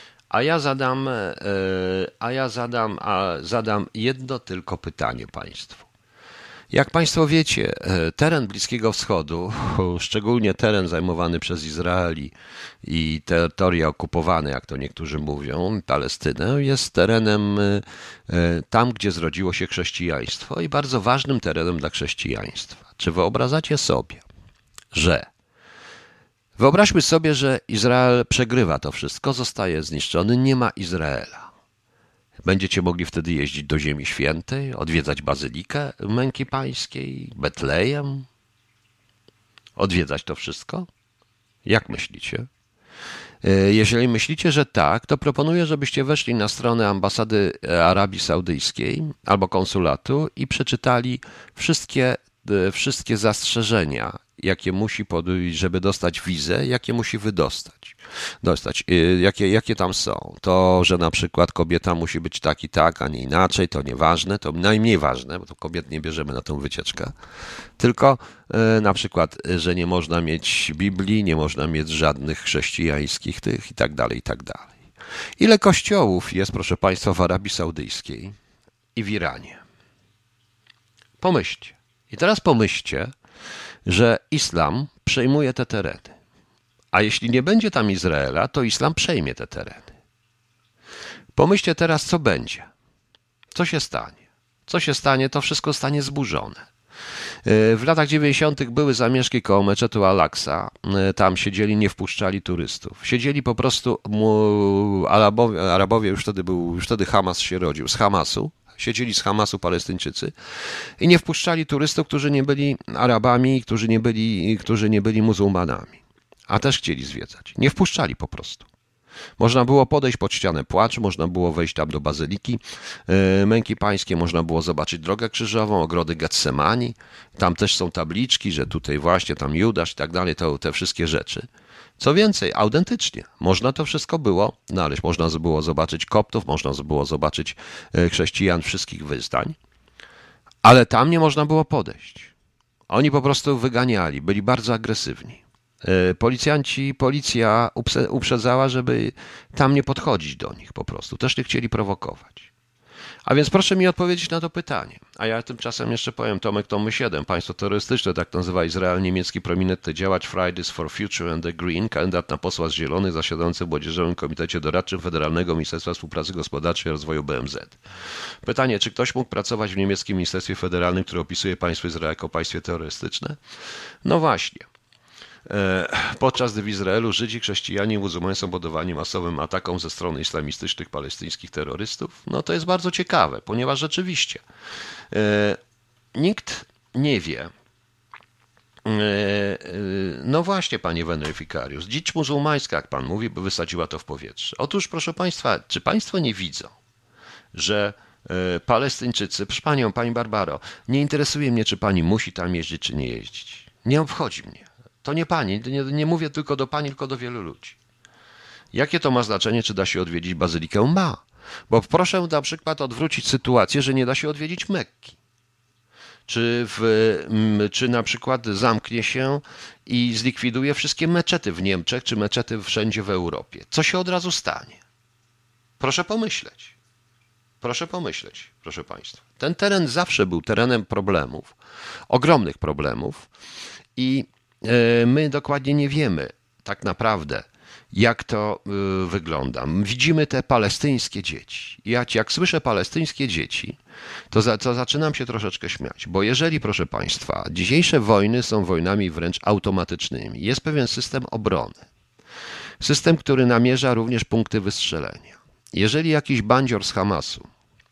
Zadam jedno tylko pytanie Państwu. Jak Państwo wiecie, teren Bliskiego Wschodu, szczególnie teren zajmowany przez Izrael i terytoria okupowane, jak to niektórzy mówią, Palestynę, jest terenem tam, gdzie zrodziło się chrześcijaństwo i bardzo ważnym terenem dla chrześcijaństwa. Czy wyobrażacie sobie, że wyobraźmy sobie, że Izrael przegrywa to wszystko, zostaje zniszczony, nie ma Izraela. Będziecie mogli wtedy jeździć do Ziemi Świętej, odwiedzać Bazylikę Męki Pańskiej, Betlejem, odwiedzać to wszystko? Jak myślicie? Jeżeli myślicie, że tak, to proponuję, żebyście weszli na stronę ambasady Arabii Saudyjskiej albo konsulatu i przeczytali wszystkie zastrzeżenia, jakie musi podjąć, żeby dostać wizę, jakie musi dostać, jakie tam są. To, że na przykład kobieta musi być tak i tak, a nie inaczej, to nieważne, to najmniej ważne, bo to kobiet nie bierzemy na tą wycieczkę. Tylko na przykład, że nie można mieć Biblii, nie można mieć żadnych chrześcijańskich tych i tak dalej, i tak dalej. Ile kościołów jest, proszę Państwa, w Arabii Saudyjskiej i w Iranie? Pomyślcie. I teraz pomyślcie, że islam przejmuje te tereny. A jeśli nie będzie tam Izraela, to islam przejmie te tereny. Pomyślcie teraz, co będzie. Co się stanie? Co się stanie? To wszystko zostanie zburzone. W latach 90. były zamieszki koło meczetu Al-Aqsa. Tam siedzieli, nie wpuszczali turystów. Siedzieli po prostu Arabowie, już wtedy Hamas się rodził, z Hamasu. Siedzieli z Hamasu Palestyńczycy i nie wpuszczali turystów, którzy nie byli Arabami, którzy nie byli muzułmanami, a też chcieli zwiedzać. Nie wpuszczali po prostu. Można było podejść pod ścianę płaczu, można było wejść tam do Bazyliki Męki Pańskiej, można było zobaczyć drogę krzyżową, ogrody Getsemani. Tam też są tabliczki, że tutaj właśnie tam Judasz i tak dalej, te wszystkie rzeczy. Co więcej, autentycznie, można to wszystko było znaleźć. Można było zobaczyć koptów, można było zobaczyć chrześcijan wszystkich wyznań, ale tam nie można było podejść. Oni po prostu wyganiali, byli bardzo agresywni. Policja uprzedzała, żeby tam nie podchodzić do nich po prostu. Też nie chcieli prowokować. A więc proszę mi odpowiedzieć na to pytanie. A ja tymczasem jeszcze powiem, Tomek Tomy 7, państwo terrorystyczne, tak nazywa Izrael, niemiecki prominentny działacz Fridays for Future and the Green, kandydat na posła z Zielonych, zasiadający w Młodzieżowym Komitecie Doradczym Federalnego Ministerstwa Współpracy Gospodarczej i Rozwoju BMZ. Pytanie, czy ktoś mógł pracować w niemieckim Ministerstwie Federalnym, które opisuje państwo Izrael jako państwie terrorystyczne? No właśnie. Podczas gdy w Izraelu Żydzi, chrześcijanie i muzułmanie są poddawani masowym atakom ze strony islamistycznych palestyńskich terrorystów, no to jest bardzo ciekawe, ponieważ rzeczywiście nikt nie wie. No właśnie, panie weryfikariusz, dzicz muzułmańska, jak pan mówi, by wysadziła to w powietrze. Otóż, proszę państwa, czy państwo nie widzą, że Palestyńczycy, proszę panią, pani Barbaro, nie interesuje mnie, czy pani musi tam jeździć, czy nie jeździć. Nie obchodzi mnie. To nie pani, nie mówię tylko do pani, tylko do wielu ludzi. Jakie to ma znaczenie, czy da się odwiedzić Bazylikę? Ma. Bo proszę na przykład odwrócić sytuację, że nie da się odwiedzić Mekki. Czy na przykład zamknie się i zlikwiduje wszystkie meczety w Niemczech, czy meczety wszędzie w Europie. Co się od razu stanie? Proszę pomyśleć. Proszę pomyśleć, proszę państwa. Ten teren zawsze był terenem problemów, ogromnych problemów i my dokładnie nie wiemy tak naprawdę, Jak to wygląda? Widzimy te palestyńskie dzieci. Jak słyszę palestyńskie dzieci, to zaczynam się troszeczkę śmiać, bo jeżeli, proszę Państwa, dzisiejsze wojny są wojnami wręcz automatycznymi, jest pewien system obrony, system, który namierza również punkty wystrzelenia. Jeżeli jakiś bandzior z Hamasu,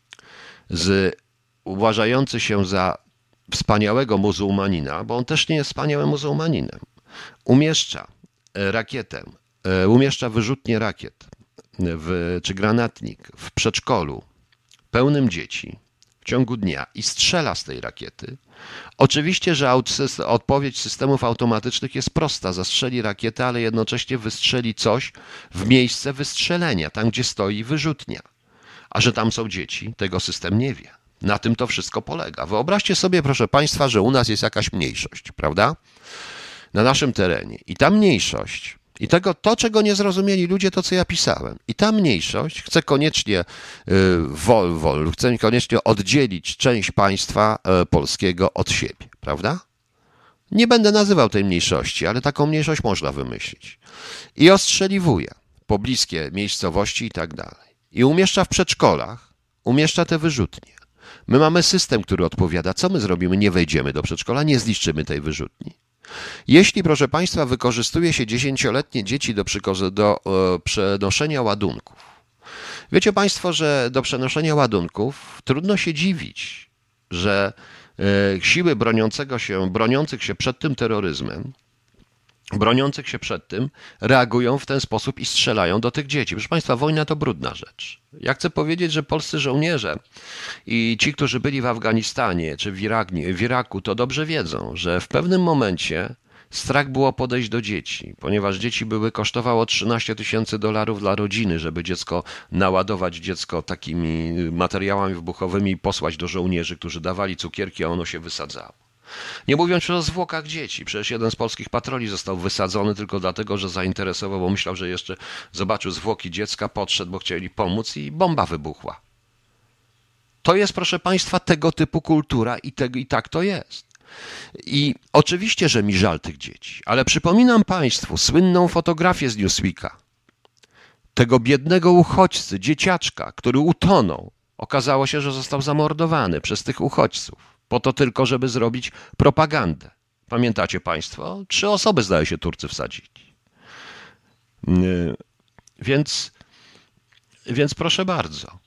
uważający się za wspaniałego muzułmanina, bo on też nie jest wspaniałym muzułmaninem, umieszcza rakietę, umieszcza wyrzutnię rakiet czy granatnik w przedszkolu pełnym dzieci w ciągu dnia i strzela z tej rakiety, oczywiście, że odpowiedź systemów automatycznych jest prosta. Zastrzeli rakietę, ale jednocześnie wystrzeli coś w miejsce wystrzelenia, tam gdzie stoi wyrzutnia. A że tam są dzieci, tego system nie wie. Na tym to wszystko polega. Wyobraźcie sobie, proszę Państwa, że u nas jest jakaś mniejszość, prawda? Na naszym terenie. I ta mniejszość, i to, czego nie zrozumieli ludzie, to co ja pisałem. I ta mniejszość chce koniecznie chce koniecznie oddzielić część państwa polskiego od siebie, prawda? Nie będę nazywał tej mniejszości, ale taką mniejszość można wymyślić. I ostrzeliwuje pobliskie miejscowości i tak dalej. I umieszcza w przedszkolach, umieszcza te wyrzutnie. My mamy system, który odpowiada, co my zrobimy, nie wejdziemy do przedszkola, nie zniszczymy tej wyrzutni. Jeśli, proszę Państwa, wykorzystuje się 10-letnie dzieci do przenoszenia ładunków, wiecie Państwo, że do przenoszenia ładunków trudno się dziwić, że siły broniących się przed tym terroryzmem, broniących się przed tym, reagują w ten sposób i strzelają do tych dzieci. Proszę Państwa, wojna to brudna rzecz. Ja chcę powiedzieć, że polscy żołnierze i ci, którzy byli w Afganistanie czy w Iraku, to dobrze wiedzą, że w pewnym momencie strach było podejść do dzieci, ponieważ dzieci kosztowało $13,000 dla rodziny, żeby naładować dziecko takimi materiałami wybuchowymi i posłać do żołnierzy, którzy dawali cukierki, a ono się wysadzało. Nie mówiąc już o zwłokach dzieci. Przecież jeden z polskich patroli został wysadzony tylko dlatego, że zainteresował, bo myślał, że jeszcze zobaczył zwłoki dziecka, podszedł, bo chcieli pomóc i bomba wybuchła. To jest, proszę Państwa, tego typu kultura i tak to jest. I oczywiście, że mi żal tych dzieci, ale przypominam Państwu słynną fotografię z Newsweeka. Tego biednego uchodźcy, dzieciaczka, który utonął. Okazało się, że został zamordowany przez tych uchodźców. Po to tylko, żeby zrobić propagandę. Pamiętacie Państwo? 3 osoby, zdaje się, Turcy wsadzili. Więc proszę bardzo.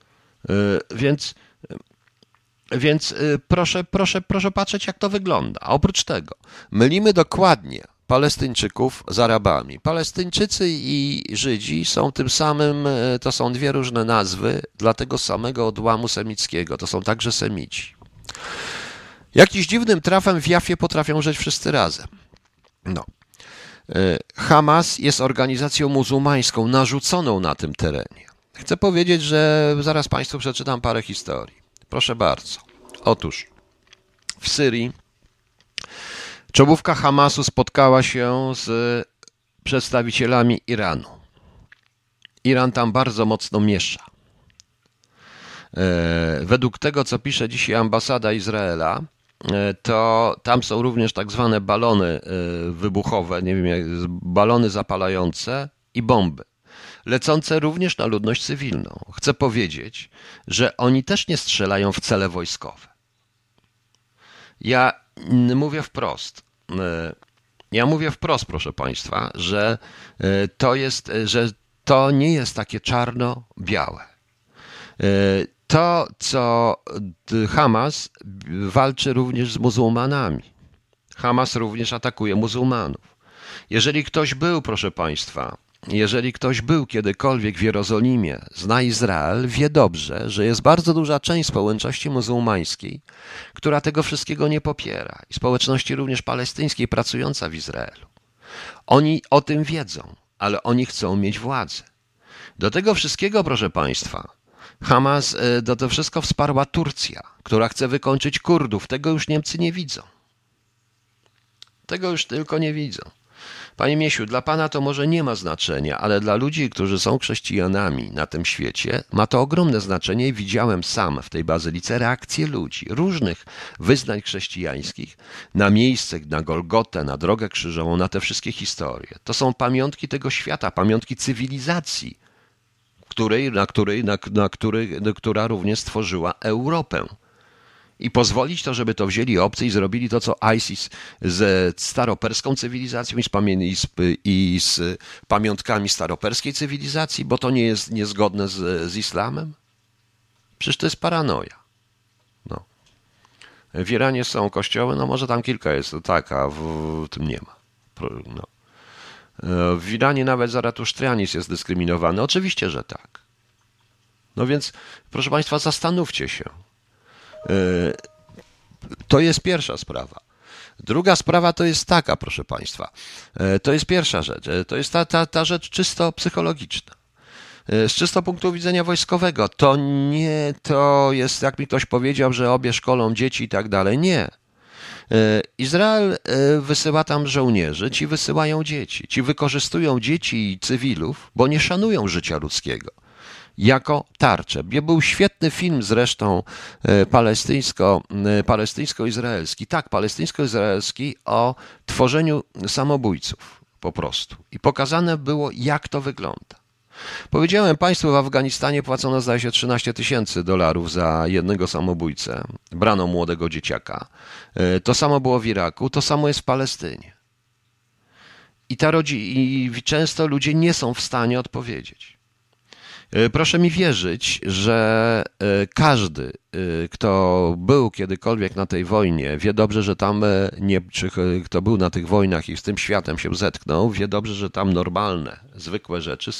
Więc proszę patrzeć, jak to wygląda. A oprócz tego mylimy dokładnie Palestyńczyków z Arabami. Palestyńczycy i Żydzi są tym samym, to są dwie różne nazwy dla tego samego odłamu semickiego. To są także Semici. Jakiś dziwnym trafem w Jafie potrafią żyć wszyscy razem. No. Hamas jest organizacją muzułmańską narzuconą na tym terenie. Chcę powiedzieć, że zaraz Państwu przeczytam parę historii. Proszę bardzo. Otóż w Syrii czołówka Hamasu spotkała się z przedstawicielami Iranu. Iran tam bardzo mocno miesza. Według tego, co pisze dzisiaj ambasada Izraela, to tam są również tak zwane balony wybuchowe, nie wiem, balony zapalające i bomby, lecące również na ludność cywilną. Chcę powiedzieć, że oni też nie strzelają w cele wojskowe. Ja mówię wprost, proszę Państwa, że to nie jest takie czarno-białe. To, co Hamas walczy również z muzułmanami. Hamas również atakuje muzułmanów. Jeżeli ktoś był, proszę Państwa, kiedykolwiek w Jerozolimie, zna Izrael, wie dobrze, że jest bardzo duża część społeczności muzułmańskiej, która tego wszystkiego nie popiera. I społeczności również palestyńskiej pracująca w Izraelu. Oni o tym wiedzą, ale oni chcą mieć władzę. Do tego wszystkiego, proszę Państwa, to wszystko wsparła Turcja, która chce wykończyć Kurdów. Tego już Niemcy nie widzą. Tego już tylko nie widzą. Panie Miesiu, dla pana to może nie ma znaczenia, ale dla ludzi, którzy są chrześcijanami na tym świecie, ma to ogromne znaczenie i widziałem sam w tej bazylice reakcje ludzi różnych wyznań chrześcijańskich na miejsce, na Golgotę, na Drogę Krzyżową, na te wszystkie historie. To są pamiątki tego świata, pamiątki cywilizacji, która również stworzyła Europę. I pozwolić to, żeby to wzięli obcy i zrobili to, co ISIS ze staroperską cywilizacją i z pamiątkami staroperskiej cywilizacji, bo to nie jest niezgodne z islamem? Przecież to jest paranoja. No. W Iranie są kościoły, no może tam kilka jest, tak, a w tym nie ma. No. W Iranie nawet Zaratusztrianizm jest dyskryminowany. Oczywiście, że tak. No więc, proszę Państwa, zastanówcie się. To jest pierwsza sprawa. Druga sprawa to jest taka, proszę Państwa. To jest pierwsza rzecz. To jest ta rzecz czysto psychologiczna. Z czysto punktu widzenia wojskowego. To nie to jest, jak mi ktoś powiedział, że obie szkolą dzieci i tak dalej. Nie. Izrael wysyła tam żołnierzy, ci wysyłają dzieci. Ci wykorzystują dzieci i cywilów, bo nie szanują życia ludzkiego. Jako tarczę. Był świetny film zresztą palestyńsko-izraelski. Tak, palestyńsko-izraelski o tworzeniu samobójców po prostu. I pokazane było, jak to wygląda. Powiedziałem Państwu, w Afganistanie płacono zdaje się $13,000 za jednego samobójcę. Brano młodego dzieciaka. To samo było w Iraku, to samo jest w Palestynie. I często ludzie nie są w stanie odpowiedzieć. Proszę mi wierzyć, że każdy, kto był kiedykolwiek na tej wojnie, wie dobrze, że tam kto był na tych wojnach i z tym światem się zetknął, wie dobrze, że tam normalne, zwykłe rzeczy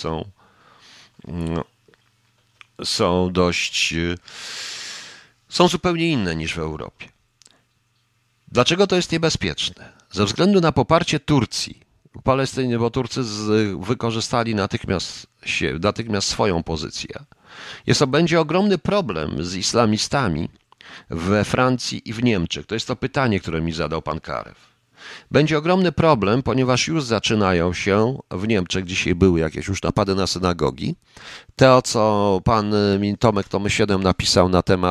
są zupełnie inne niż w Europie. Dlaczego to jest niebezpieczne? Ze względu na poparcie Turcji. Palestynie, bo Turcy wykorzystali natychmiast swoją pozycję. Będzie ogromny problem z islamistami we Francji i w Niemczech. To jest to pytanie, które mi zadał pan Karew. Będzie ogromny problem, ponieważ już zaczynają się w Niemczech, dzisiaj były jakieś już napady na synagogi. To, co pan Tomek Tomy 7 napisał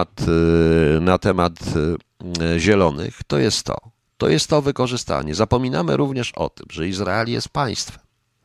na temat zielonych, to jest to. To jest to wykorzystanie. Zapominamy również o tym, że Izrael jest państwem.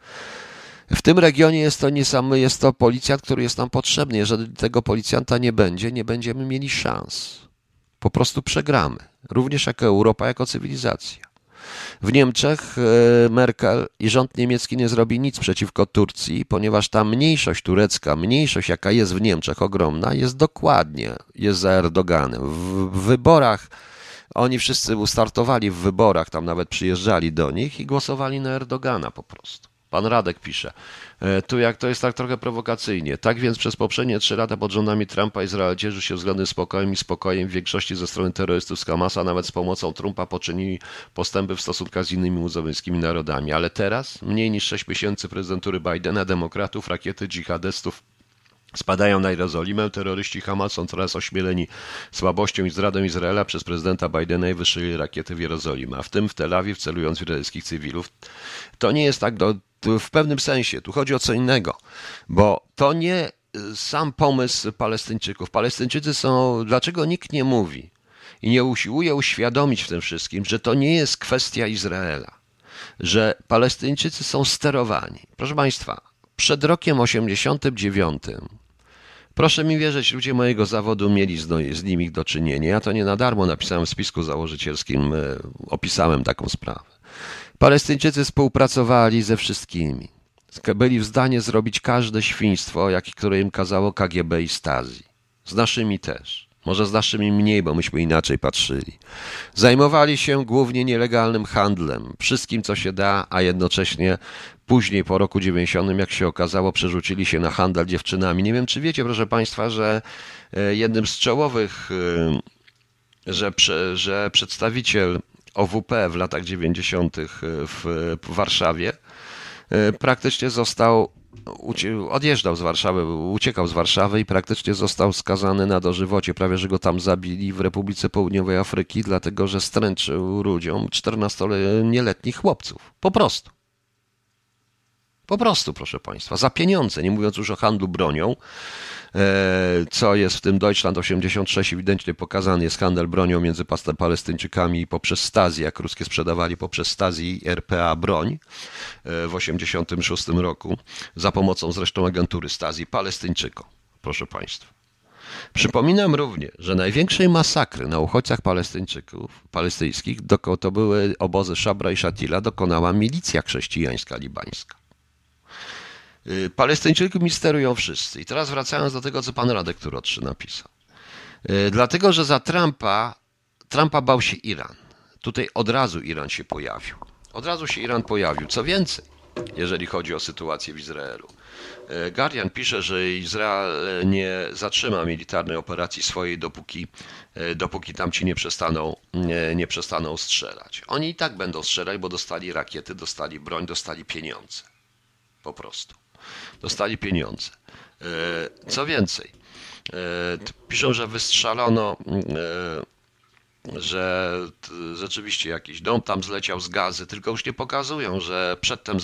W tym regionie jest to policjant, który jest nam potrzebny. Jeżeli tego policjanta nie będzie, nie będziemy mieli szans. Po prostu przegramy. Również jako Europa, jako cywilizacja. W Niemczech Merkel i rząd niemiecki nie zrobi nic przeciwko Turcji, ponieważ ta mniejszość turecka, mniejszość jaka jest w Niemczech ogromna, jest za Erdoganem. W wyborach oni wszyscy startowali w wyborach, tam nawet przyjeżdżali do nich i głosowali na Erdogana po prostu. Pan Radek pisze, tu jak to jest tak trochę prowokacyjnie. Tak więc przez poprzednie 3 lata pod rządami Trumpa Izrael cieszył się względnym spokojem w większości ze strony terrorystów z Hamasa, nawet z pomocą Trumpa poczynili postępy w stosunkach z innymi muzułmańskimi narodami. Ale teraz, mniej niż 6 miesięcy prezydentury Bidena, demokratów, rakiety dżihadystów spadają na Jerozolimę. Terroryści Hamas są coraz ośmieleni słabością i zdradą Izraela przez prezydenta Bidena i wyszyli rakiety w Jerozolimę, a w tym w Tel Awiw, celując w izraelskich cywilów. To nie jest tak, w pewnym sensie, tu chodzi o co innego, bo to nie sam pomysł Palestyńczyków. Palestyńczycy dlaczego nikt nie mówi i nie usiłuje uświadomić w tym wszystkim, że to nie jest kwestia Izraela, że Palestyńczycy są sterowani. Proszę Państwa, przed rokiem 89, proszę mi wierzyć, ludzie mojego zawodu mieli z nimi do czynienia. Ja to nie na darmo napisałem w spisku założycielskim, opisałem taką sprawę. Palestyńczycy współpracowali ze wszystkimi. Byli w stanie zrobić każde świństwo, które im kazało KGB i Stasi. Z naszymi też. Może z naszymi mniej, bo myśmy inaczej patrzyli. Zajmowali się głównie nielegalnym handlem. Wszystkim, co się da, a jednocześnie później, po roku 90, jak się okazało, przerzucili się na handel dziewczynami. Nie wiem, czy wiecie, proszę Państwa, że jednym z czołowych, że przedstawiciel OWP w latach 90. w Warszawie praktycznie odjeżdżał z Warszawy, uciekał z Warszawy i praktycznie został skazany na dożywocie. Prawie, że go tam zabili w Republice Południowej Afryki, dlatego że stręczył ludziom 14-nieletnich chłopców. Po prostu. Po prostu, proszę Państwa, za pieniądze, nie mówiąc już o handlu bronią, co jest w tym Deutschland 86 ewidentnie pokazany, jest handel bronią między Palestyńczykami i poprzez Stasi, jak ruskie sprzedawali poprzez Stasi i RPA broń w 86 roku, za pomocą zresztą agentury Stasi Palestyńczykom, proszę Państwa. Przypominam również, że największej masakry na uchodźcach palestyńskich, to były obozy Szabra i Shatila, dokonała milicja chrześcijańska libańska. Palestyńczykami sterują wszyscy. I teraz wracając do tego, co pan Radek Turoczy napisał. Dlatego, że za Trumpa bał się Iran. Tutaj od razu Iran się pojawił. Od razu się Iran pojawił. Co więcej, jeżeli chodzi o sytuację w Izraelu. Guardian pisze, że Izrael nie zatrzyma militarnej operacji swojej, dopóki tamci nie przestaną strzelać. Oni i tak będą strzelać, bo dostali rakiety, dostali broń, dostali pieniądze. Po prostu. Dostali pieniądze. Co więcej, piszą, że wystrzelono, że rzeczywiście jakiś dom tam zleciał z Gazy, tylko już nie pokazują, że przedtem,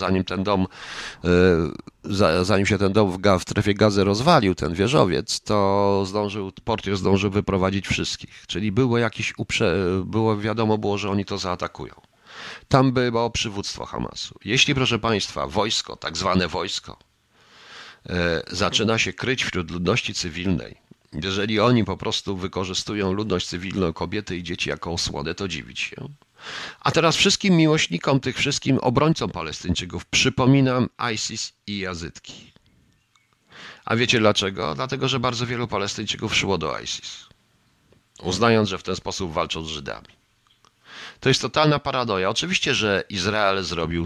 zanim się ten dom w strefie Gazy rozwalił, ten wieżowiec, to portier zdążył wyprowadzić wszystkich. Czyli wiadomo było, że oni to zaatakują. Tam było przywództwo Hamasu. Jeśli, proszę Państwa, wojsko, tak zwane wojsko, zaczyna się kryć wśród ludności cywilnej, jeżeli oni po prostu wykorzystują ludność cywilną, kobiety i dzieci jako osłodę, to dziwić się. A teraz wszystkim miłośnikom, wszystkim obrońcom Palestyńczyków przypominam ISIS i jazytki. A wiecie dlaczego? Dlatego, że bardzo wielu Palestyńczyków szło do ISIS, uznając, że w ten sposób walczą z Żydami. To jest totalna paradoja. Oczywiście, że Izrael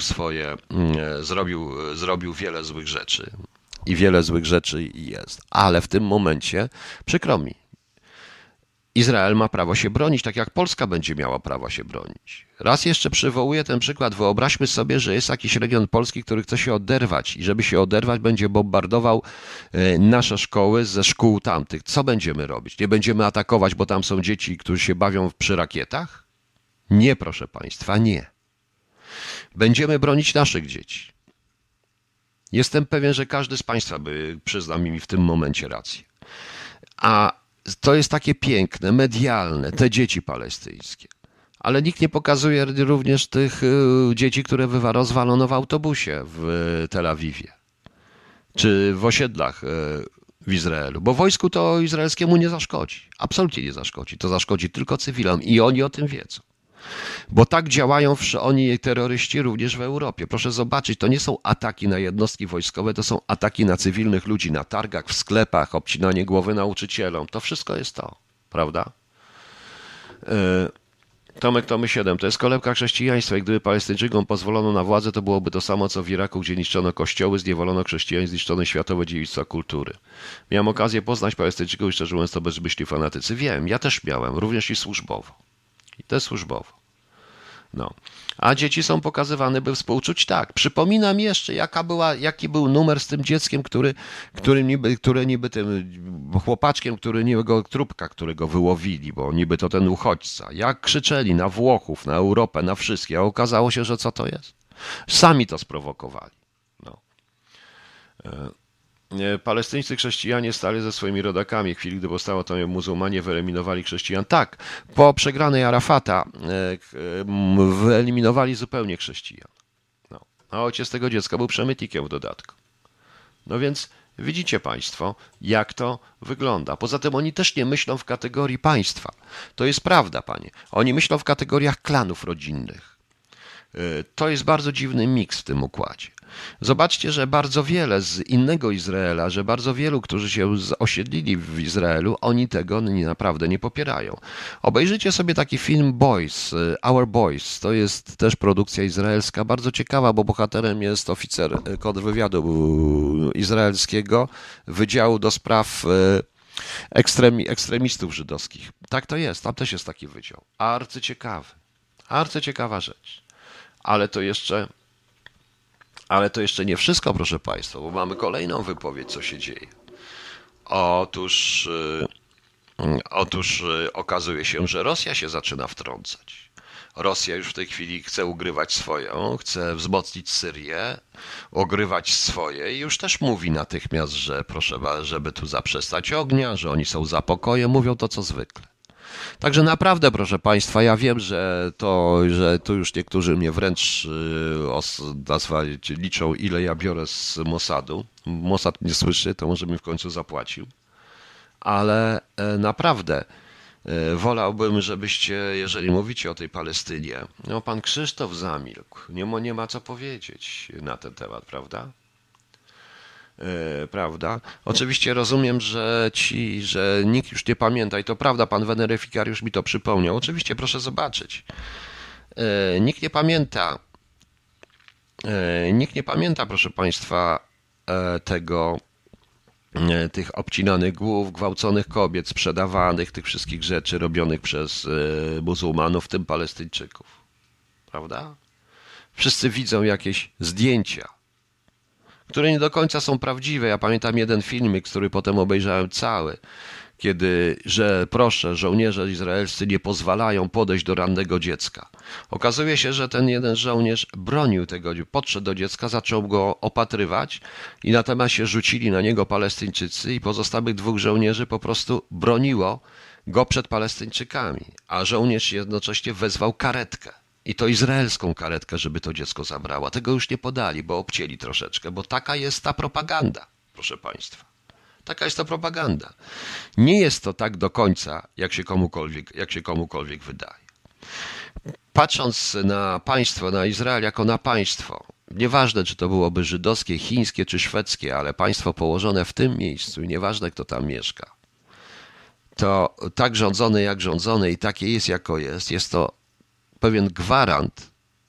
zrobił wiele złych rzeczy. I wiele złych rzeczy jest. Ale w tym momencie, przykro mi, Izrael ma prawo się bronić, tak jak Polska będzie miała prawo się bronić. Raz jeszcze przywołuję ten przykład. Wyobraźmy sobie, że jest jakiś region Polski, który chce się oderwać i żeby się oderwać, będzie bombardował nasze szkoły ze szkół tamtych. Co będziemy robić? Nie będziemy atakować, bo tam są dzieci, którzy się bawią przy rakietach? Nie, proszę Państwa, nie. Będziemy bronić naszych dzieci. Jestem pewien, że każdy z Państwa przyzna mi w tym momencie rację. A to jest takie piękne, medialne, te dzieci palestyńskie. Ale nikt nie pokazuje również tych dzieci, które rozwalono w autobusie w Tel Awiwie. Czy w osiedlach w Izraelu. Bo wojsku to izraelskiemu nie zaszkodzi. Absolutnie nie zaszkodzi. To zaszkodzi tylko cywilom i oni o tym wiedzą. Bo tak działają oni, terroryści, również w Europie. Proszę zobaczyć, to nie są ataki na jednostki wojskowe, to są ataki na cywilnych ludzi, na targach, w sklepach, obcinanie głowy nauczycielom. To wszystko jest to, prawda? Tomek Tomy 7. To jest kolebka chrześcijaństwa i gdyby Palestyńczykom pozwolono na władzę, to byłoby to samo, co w Iraku, gdzie niszczono kościoły, zniewolono chrześcijan, zniszczono światowe dziedzictwo kultury. Miałem okazję poznać Palestyńczyków i szczerze mówiąc to bezmyślni fanatycy. Wiem, ja też miałem, również i służbowo. I też służbowo. No. A dzieci są pokazywane, by współczuć. Tak, przypominam jeszcze, jaki był numer z tym dzieckiem, który niby tym chłopaczkiem, trupka, którego wyłowili, bo niby to ten uchodźca. Jak krzyczeli na Włochów, na Europę, na wszystkich, a okazało się, że co to jest? Sami to sprowokowali. No. Palestyńscy chrześcijanie stali ze swoimi rodakami. W chwili, gdy powstało to, muzułmanie wyeliminowali chrześcijan. Tak, po przegranej Arafata wyeliminowali zupełnie chrześcijan. No. A ojciec tego dziecka był przemytnikiem w dodatku. No więc widzicie Państwo, jak to wygląda. Poza tym oni też nie myślą w kategorii państwa. To jest prawda, panie. Oni myślą w kategoriach klanów rodzinnych. To jest bardzo dziwny miks w tym układzie. Zobaczcie, że bardzo wiele z innego Izraela, że bardzo wielu, którzy się osiedlili w Izraelu, oni tego naprawdę nie popierają. Obejrzyjcie sobie taki film Boys, Our Boys. To jest też produkcja izraelska, bardzo ciekawa, bo bohaterem jest oficer kontrwywiadu izraelskiego, Wydziału do Spraw ekstremistów żydowskich. Tak to jest, tam też jest taki wydział. Arcyciekawa rzecz. Ale to jeszcze nie wszystko, proszę Państwa, bo mamy kolejną wypowiedź, co się dzieje. Otóż okazuje się, że Rosja się zaczyna wtrącać. Rosja już w tej chwili chce ugrywać swoją, chce wzmocnić Syrię, ogrywać swoje i już też mówi natychmiast, że proszę, żeby tu zaprzestać ognia, że oni są za pokojem, mówią to co zwykle. Także naprawdę, proszę Państwa, ja wiem, że tu już niektórzy mnie wręcz nazwać, liczą, ile ja biorę z Mossadu. Mossad mnie słyszy, to może mi w końcu zapłacił. Ale naprawdę wolałbym, żebyście, jeżeli mówicie o tej Palestynie, no pan Krzysztof zamilkł, nie ma co powiedzieć na ten temat, prawda? Prawda? Oczywiście rozumiem, że nikt już nie pamięta i to prawda, pan Weneryfikariusz mi to przypomniał. Oczywiście proszę zobaczyć. Nikt nie pamięta, nikt nie pamięta, proszę państwa, tych obcinanych głów, gwałconych kobiet, sprzedawanych, tych wszystkich rzeczy robionych przez muzułmanów, w tym Palestyńczyków. Prawda? Wszyscy widzą jakieś zdjęcia, które nie do końca są prawdziwe. Ja pamiętam jeden filmik, który potem obejrzałem cały, że proszę, żołnierze izraelscy nie pozwalają podejść do rannego dziecka. Okazuje się, że ten jeden żołnierz bronił tego, podszedł do dziecka, zaczął go opatrywać i natomiast się rzucili na niego Palestyńczycy i pozostałych dwóch żołnierzy po prostu broniło go przed Palestyńczykami, a żołnierz jednocześnie wezwał karetkę. I to izraelską karetkę, żeby to dziecko zabrała. Tego już nie podali, bo obcięli troszeczkę, bo taka jest ta propaganda, proszę Państwa. Taka jest to propaganda. Nie jest to tak do końca, jak się komukolwiek wydaje. Patrząc na państwo, na Izrael jako na państwo, nieważne czy to byłoby żydowskie, chińskie czy szwedzkie, ale państwo położone w tym miejscu i nieważne kto tam mieszka, to tak rządzone jak rządzone i takie jest jako jest to pewien gwarant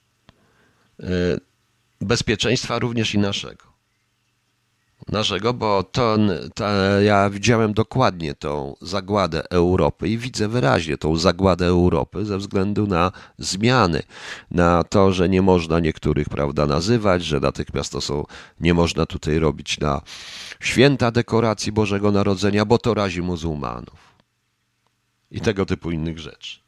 bezpieczeństwa również i naszego. Bo ja widziałem dokładnie tą zagładę Europy i widzę wyraźnie tą zagładę Europy ze względu na zmiany, na to, że nie można niektórych, prawda, nazywać, że natychmiast nie można tutaj robić na święta dekoracji Bożego Narodzenia, bo to razi muzułmanów i tego typu innych rzeczy.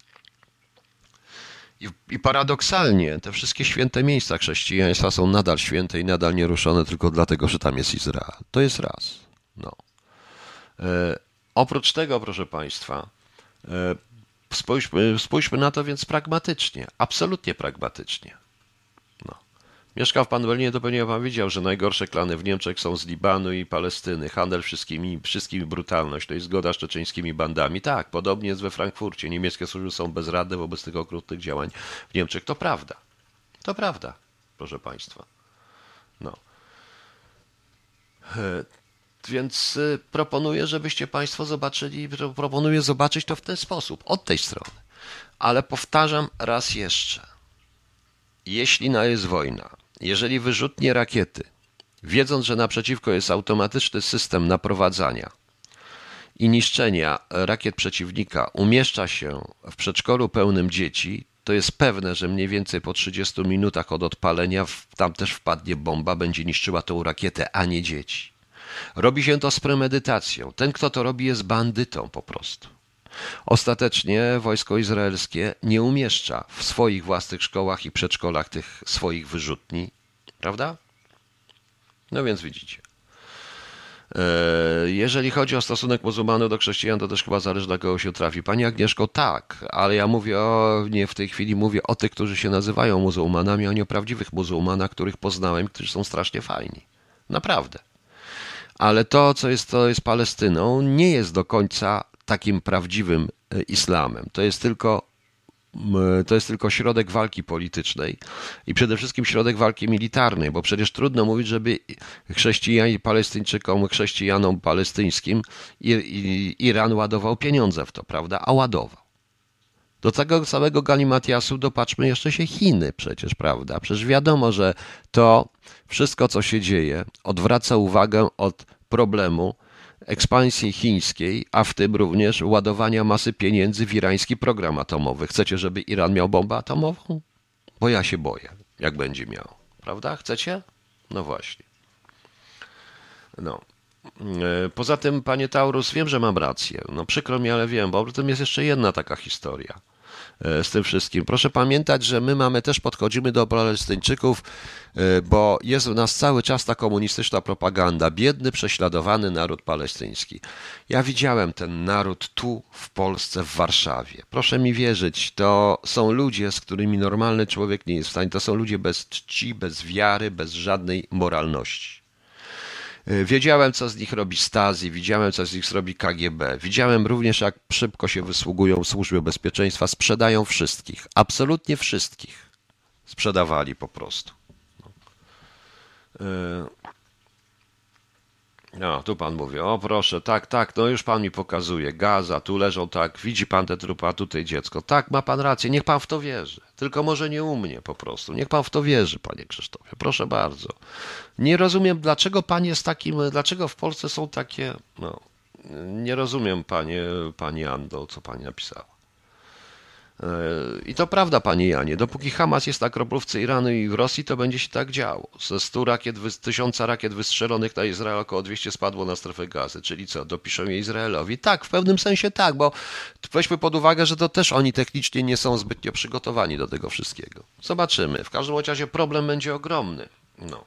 I paradoksalnie te wszystkie święte miejsca chrześcijaństwa są nadal święte i nadal nieruszone tylko dlatego, że tam jest Izrael. To jest raz. No. Oprócz tego, proszę Państwa, spójrzmy na to więc pragmatycznie, absolutnie pragmatycznie. No. Mieszkał pan w Berlinie, to pewnie pan widział, że najgorsze klany w Niemczech są z Libanu i Palestyny. Handel wszystkimi brutalność, to jest zgoda z czeczeńskimi bandami. Tak, podobnie jest we Frankfurcie. Niemieckie służby są bezradne wobec tych okrutnych działań w Niemczech. To prawda. To prawda, proszę państwa. No. Więc proponuję, żebyście państwo proponuję zobaczyć to w ten sposób, od tej strony. Ale powtarzam raz jeszcze. Jeśli jest wojna, jeżeli wyrzutnie rakiety, wiedząc, że naprzeciwko jest automatyczny system naprowadzania i niszczenia rakiet przeciwnika, umieszcza się w przedszkolu pełnym dzieci, to jest pewne, że mniej więcej po 30 minutach od odpalenia tam też wpadnie bomba, będzie niszczyła tą rakietę, a nie dzieci. Robi się to z premedytacją. Ten, kto to robi, jest bandytą po prostu. Ostatecznie wojsko izraelskie nie umieszcza w swoich własnych szkołach i przedszkolach tych swoich wyrzutni, prawda? No więc widzicie. Jeżeli chodzi o stosunek muzułmanów do chrześcijan, to też chyba zależy, do kogo się trafi. Pani Agnieszko, tak, ale ja nie w tej chwili mówię o tych, którzy się nazywają muzułmanami, a nie o prawdziwych muzułmanach, których poznałem, którzy są strasznie fajni. Naprawdę. Ale to jest Palestyną, nie jest do końca takim prawdziwym islamem. To jest tylko środek walki politycznej i przede wszystkim środek walki militarnej, bo przecież trudno mówić, żeby chrześcijanom palestyńskim Iran ładował pieniądze w to, prawda? A ładował. Do tego samego galimatiasu dopatrzmy jeszcze się Chiny przecież, prawda? Przecież wiadomo, że to wszystko, co się dzieje, odwraca uwagę od problemu ekspansji chińskiej, a w tym również ładowania masy pieniędzy w irański program atomowy. Chcecie, żeby Iran miał bombę atomową? Bo ja się boję, jak będzie miał. Prawda? Chcecie? No właśnie. No. Poza tym, panie Taurus, wiem, że mam rację. No przykro mi, ale wiem, bo potem jest jeszcze jedna taka historia z tym wszystkim. Proszę pamiętać, że my też podchodzimy do Palestyńczyków, bo jest w nas cały czas ta komunistyczna propaganda. Biedny, prześladowany naród palestyński. Ja widziałem ten naród tu, w Polsce, w Warszawie. Proszę mi wierzyć, to są ludzie, z którymi normalny człowiek nie jest w stanie. To są ludzie bez czci, bez wiary, bez żadnej moralności. Wiedziałem, co z nich robi Stasi, widziałem, co z nich robi KGB. Widziałem również, jak szybko się wysługują służby bezpieczeństwa. Sprzedają wszystkich, absolutnie wszystkich. Sprzedawali po prostu. No, tu pan mówi, o proszę, tak, no już pan mi pokazuje, Gaza, tu leżą tak, widzi pan te trupy, a tutaj dziecko. Tak, ma pan rację, niech pan w to wierzy. Tylko może nie u mnie po prostu. Niech pan w to wierzy, panie Krzysztofie, proszę bardzo. Nie rozumiem, dlaczego pan jest takim, dlaczego w Polsce są takie, no, nie rozumiem, pani Ando, co pani napisała. I to prawda, panie Janie, dopóki Hamas jest na kroplówce Iranu i w Rosji, to będzie się tak działo. Ze 100 rakiet, 1000 rakiet wystrzelonych na Izrael około 200 spadło na strefę Gazy. Czyli co, dopiszą je Izraelowi? Tak, w pewnym sensie tak, bo weźmy pod uwagę, że to też oni technicznie nie są zbytnio przygotowani do tego wszystkiego. Zobaczymy. W każdym razie problem będzie ogromny. No.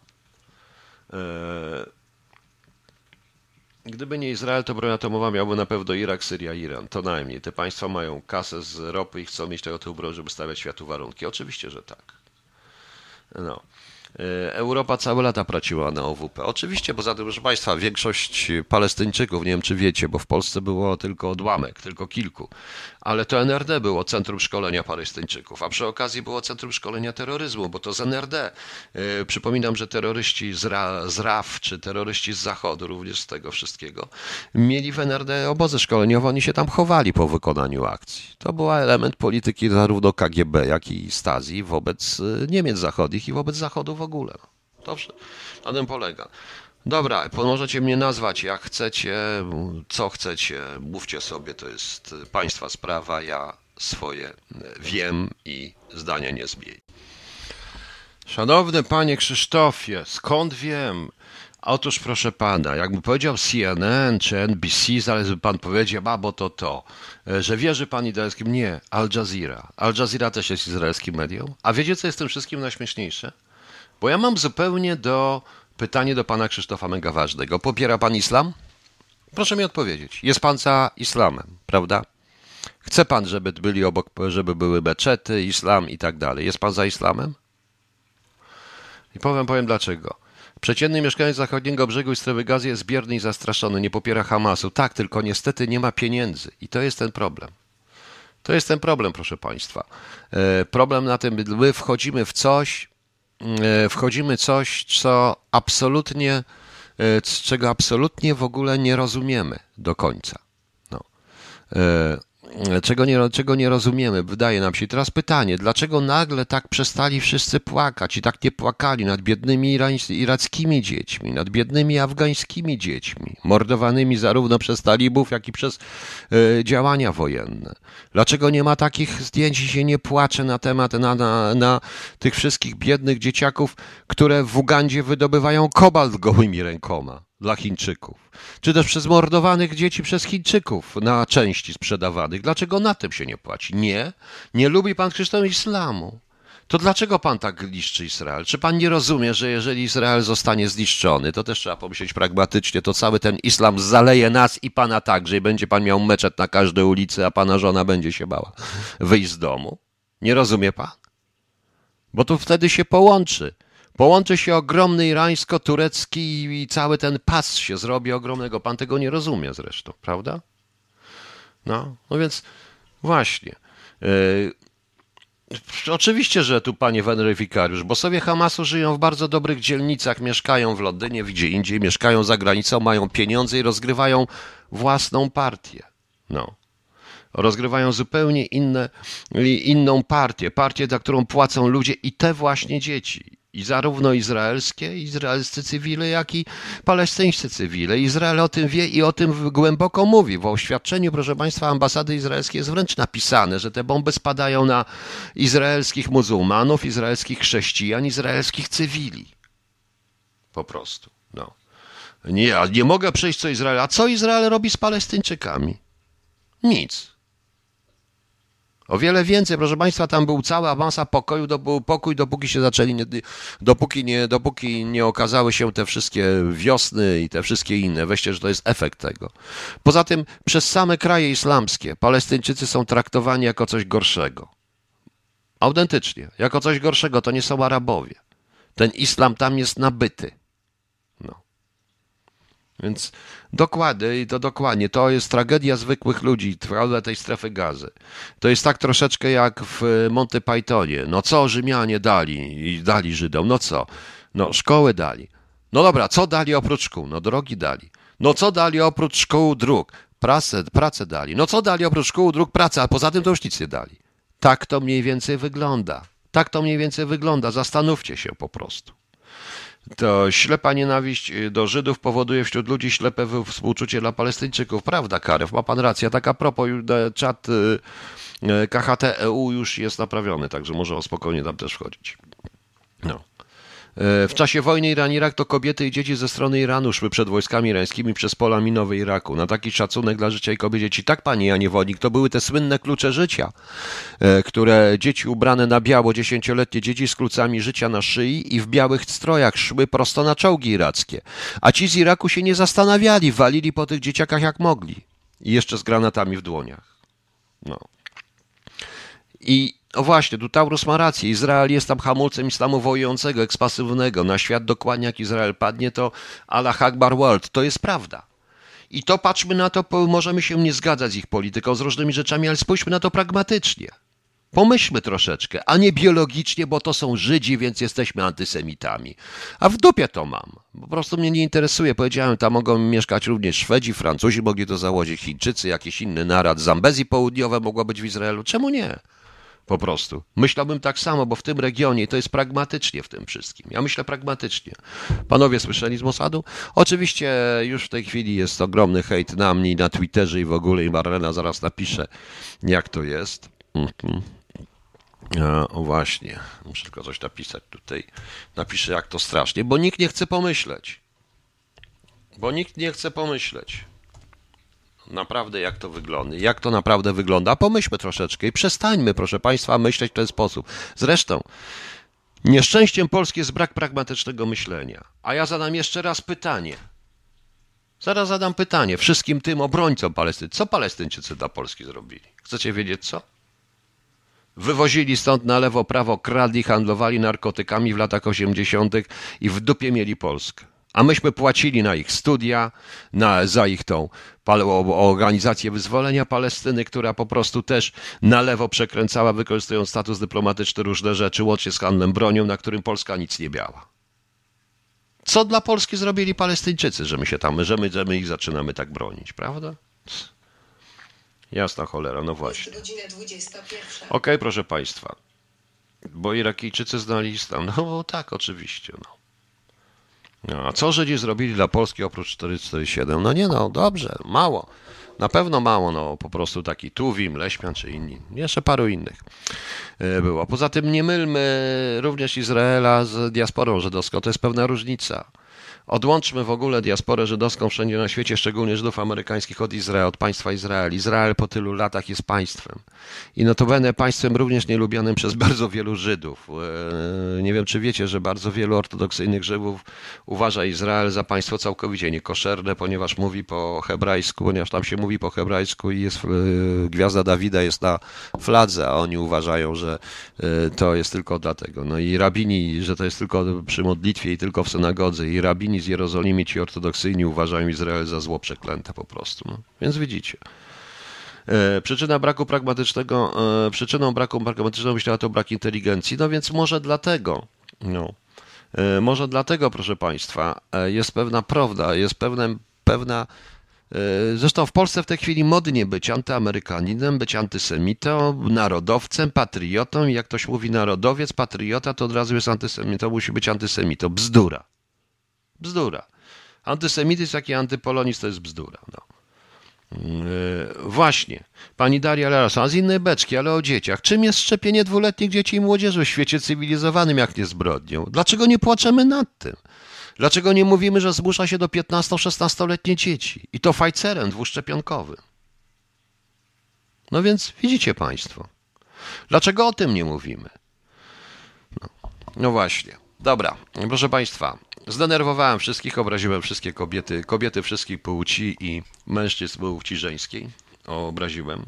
Gdyby nie Izrael, to broń atomowa miałby na pewno Irak, Syria, Iran. To najmniej. Te państwa mają kasę z ropy i chcą mieć tego typu broń, żeby stawiać światu warunki. Oczywiście, że tak. No. Europa całe lata płaciła na OWP. Oczywiście, poza tym, proszę Państwa, większość Palestyńczyków, nie wiem czy wiecie, bo w Polsce było tylko odłamek, tylko kilku, ale to NRD było centrum szkolenia Palestyńczyków, a przy okazji było centrum szkolenia terroryzmu, bo to z NRD. Przypominam, że terroryści z RAF, czy terroryści z Zachodu, również z tego wszystkiego, mieli w NRD obozy szkoleniowe, oni się tam chowali po wykonaniu akcji. To był element polityki zarówno KGB, jak i Stasi wobec Niemiec zachodnich i wobec Zachodu w ogóle. Dobrze, na tym polega. Dobra, możecie mnie nazwać jak chcecie, co chcecie, mówcie sobie, to jest państwa sprawa, ja swoje wiem i zdania nie zmienię. Szanowny panie Krzysztofie, skąd wiem? Otóż proszę pana, jakby powiedział CNN czy NBC, zaraz by pan powiedział, bo to, że wierzy pan izraelskim. Nie, Al Jazeera. Al Jazeera też jest izraelskim medium. A wiecie, co jest tym wszystkim najśmieszniejsze? Bo ja mam zupełnie pytanie do pana Krzysztofa mega ważnego. Popiera pan islam? Proszę mi odpowiedzieć. Jest pan za islamem, prawda? Chce pan, żeby były meczety, islam i tak dalej. Jest pan za islamem? I powiem dlaczego. Przeciętny mieszkaniec zachodniego brzegu i strefy Gazy jest bierny i zastraszony, nie popiera Hamasu. Tak, tylko niestety nie ma pieniędzy. I to jest ten problem. To jest ten problem, proszę państwa. Problem na tym, my wchodzimy w coś, czego absolutnie w ogóle nie rozumiemy do końca. No. Czego nie rozumiemy, wydaje nam się. Teraz pytanie, dlaczego nagle tak przestali wszyscy płakać i tak nie płakali nad biednymi irackimi dziećmi, nad biednymi afgańskimi dziećmi, mordowanymi zarówno przez talibów, jak i przez działania wojenne? Dlaczego nie ma takich zdjęć i się nie płacze na temat na tych wszystkich biednych dzieciaków, które w Ugandzie wydobywają kobalt gołymi rękoma dla Chińczyków? Czy też przez mordowanych dzieci przez Chińczyków na części sprzedawanych. Dlaczego na tym się nie płaci? Nie lubi pan Krzysztof islamu. To dlaczego pan tak niszczy Izrael? Czy pan nie rozumie, że jeżeli Izrael zostanie zniszczony, to też trzeba pomyśleć pragmatycznie, to cały ten islam zaleje nas i pana także i będzie pan miał meczet na każdej ulicy, a pana żona będzie się bała wyjść z domu? Nie rozumie pan? Bo to wtedy się połączy. Połączy się ogromny irańsko-turecki i cały ten pas się zrobi ogromnego. Pan tego nie rozumie zresztą, prawda? No więc właśnie. Oczywiście, że tu panie weryfikariusz, bo sobie Hamasu żyją w bardzo dobrych dzielnicach, mieszkają w Londynie, gdzie indziej, mieszkają za granicą, mają pieniądze i rozgrywają własną partię. No. Rozgrywają zupełnie inną partię, za którą płacą ludzie i te właśnie dzieci. I zarówno izraelscy cywile, jak i palestyńscy cywile. Izrael o tym wie i o tym głęboko mówi. W oświadczeniu, proszę państwa, ambasady izraelskiej jest wręcz napisane, że te bomby spadają na izraelskich muzułmanów, izraelskich chrześcijan, izraelskich cywili. Po prostu. No. Nie mogę przejść co Izrael. A co Izrael robi z Palestyńczykami? Nic. O wiele więcej, proszę Państwa, tam był cała masa pokoju, był pokój, dopóki się zaczęli, dopóki nie okazały się te wszystkie wiosny i te wszystkie inne. Weźcie, że to jest efekt tego. Poza tym przez same kraje islamskie Palestyńczycy są traktowani jako coś gorszego. Autentycznie, jako coś gorszego, to nie są Arabowie. Ten islam tam jest nabyty. No. Więc dokładnie, to jest tragedia zwykłych ludzi, tragedia tej strefy gazy. To jest tak troszeczkę jak w Monty Pythonie. No co Rzymianie dali Żydom? No co? No szkoły dali. No dobra, co dali oprócz szkół? No drogi dali. No co dali oprócz szkół, dróg? Pracę dali. No co dali oprócz szkół, dróg, pracę, a poza tym to już nic nie dali. Tak to mniej więcej wygląda. Tak to mniej więcej wygląda. Zastanówcie się po prostu. To ślepa nienawiść do Żydów powoduje wśród ludzi ślepe współczucie dla Palestyńczyków. Prawda, Karew, ma pan rację. Tak a propos, czat KHT-EU już jest naprawiony, także może spokojnie tam też wchodzić. No. W czasie wojny Iran-Irak to kobiety i dzieci ze strony Iranu szły przed wojskami irańskimi przez pola minowe Iraku. Na taki szacunek dla życia i kobiet dzieci. Tak, panie Janie Wodnik, to były te słynne klucze życia, które dzieci ubrane na biało, 10-letnie dzieci z klucami życia na szyi i w białych strojach szły prosto na czołgi irackie. A ci z Iraku się nie zastanawiali, walili po tych dzieciakach jak mogli. I jeszcze z granatami w dłoniach. No. O właśnie, tu Taurus ma rację. Izrael jest tam hamulcem islamu wojującego, ekspasywnego. Na świat dokładnie jak Izrael padnie, to Allah Akbar World. To jest prawda. I to patrzmy na to, możemy się nie zgadzać z ich polityką, z różnymi rzeczami, ale spójrzmy na to pragmatycznie. Pomyślmy troszeczkę, a nie biologicznie, bo to są Żydzi, więc jesteśmy antysemitami. A w dupie to mam. Po prostu mnie nie interesuje. Powiedziałem, tam mogą mieszkać również Szwedzi, Francuzi, mogli to założyć, Chińczycy, jakiś inny naród, Zambezji Południowe mogła być w Izraelu. Czemu nie? Po prostu. Myślałbym tak samo, bo w tym regionie to jest pragmatycznie w tym wszystkim. Ja myślę pragmatycznie. Panowie słyszeli z Mossadu? Oczywiście już w tej chwili jest ogromny hejt na mnie, na Twitterze i w ogóle i Marlena zaraz napisze, jak to jest. O właśnie, muszę tylko coś napisać tutaj. Napiszę, jak to strasznie, bo nikt nie chce pomyśleć. Naprawdę jak to naprawdę wygląda. Pomyślmy troszeczkę i przestańmy, proszę Państwa, myśleć w ten sposób. Zresztą nieszczęściem Polski jest brak pragmatycznego myślenia. A ja zadam jeszcze raz pytanie. Zaraz zadam pytanie wszystkim tym obrońcom Palestyny. Co Palestyńczycy dla Polski zrobili? Chcecie wiedzieć co? Wywozili stąd na lewo, prawo, kradli, handlowali narkotykami w latach 80. i w dupie mieli Polskę. A myśmy płacili na ich studia, za ich tą organizację wyzwolenia Palestyny, która po prostu też na lewo przekręcała, wykorzystując status dyplomatyczny różne rzeczy, łącznie z handlem bronią, na którym Polska nic nie miała. Co dla Polski zrobili Palestyńczycy, że my ich zaczynamy tak bronić, prawda? Jasna cholera, no właśnie. Okej, proszę Państwa. Bo Irakijczycy znali islam. No tak, oczywiście, no. No, a co Żydzi zrobili dla Polski oprócz 447? No nie no, dobrze, mało. Na pewno mało, no po prostu taki Tuwim, Leśmian czy inni. Jeszcze paru innych było. Poza tym nie mylmy również Izraela z diasporą żydowską. To jest pewna różnica. Odłączmy w ogóle diasporę żydowską wszędzie na świecie, szczególnie Żydów amerykańskich od państwa Izrael. Izrael po tylu latach jest państwem. I notabene państwem również nielubianym przez bardzo wielu Żydów. Nie wiem, czy wiecie, że bardzo wielu ortodoksyjnych Żydów uważa Izrael za państwo całkowicie niekoszerne, ponieważ mówi po hebrajsku, ponieważ tam się mówi po hebrajsku i jest gwiazda Dawida jest na fladze, a oni uważają, że to jest tylko dlatego. No i rabini, że to jest tylko przy modlitwie i tylko w synagodze. I rabini z Jerozolimy, ci ortodoksyjni uważają Izrael za zło przeklęte po prostu. No. Więc widzicie. Przyczyną braku pragmatycznego myślenia to brak inteligencji. No więc może dlatego, proszę Państwa, jest pewna prawda, jest pewna. Zresztą w Polsce w tej chwili modnie być antyamerykaninem, być antysemitą, narodowcem, patriotą. I jak ktoś mówi narodowiec, patriota, to od razu jest antysemitą, musi być antysemitą. Bzdura. Antysemityzm, jak i antypolonizm to jest bzdura. No. Właśnie. Pani Daria Laras, a z innej beczki, ale o dzieciach. Czym jest szczepienie 2-letnich dzieci i młodzieży w świecie cywilizowanym, jak nie zbrodnią? Dlaczego nie płaczemy nad tym? Dlaczego nie mówimy, że zmusza się do 15-16-letnie dzieci? I to Pfizerem dwuszczepionkowym. No więc widzicie państwo. Dlaczego o tym nie mówimy? No właśnie. Dobra, proszę państwa. Zdenerwowałem wszystkich, obraziłem wszystkie kobiety wszystkich płci i mężczyzn płci żeńskiej. Obraziłem.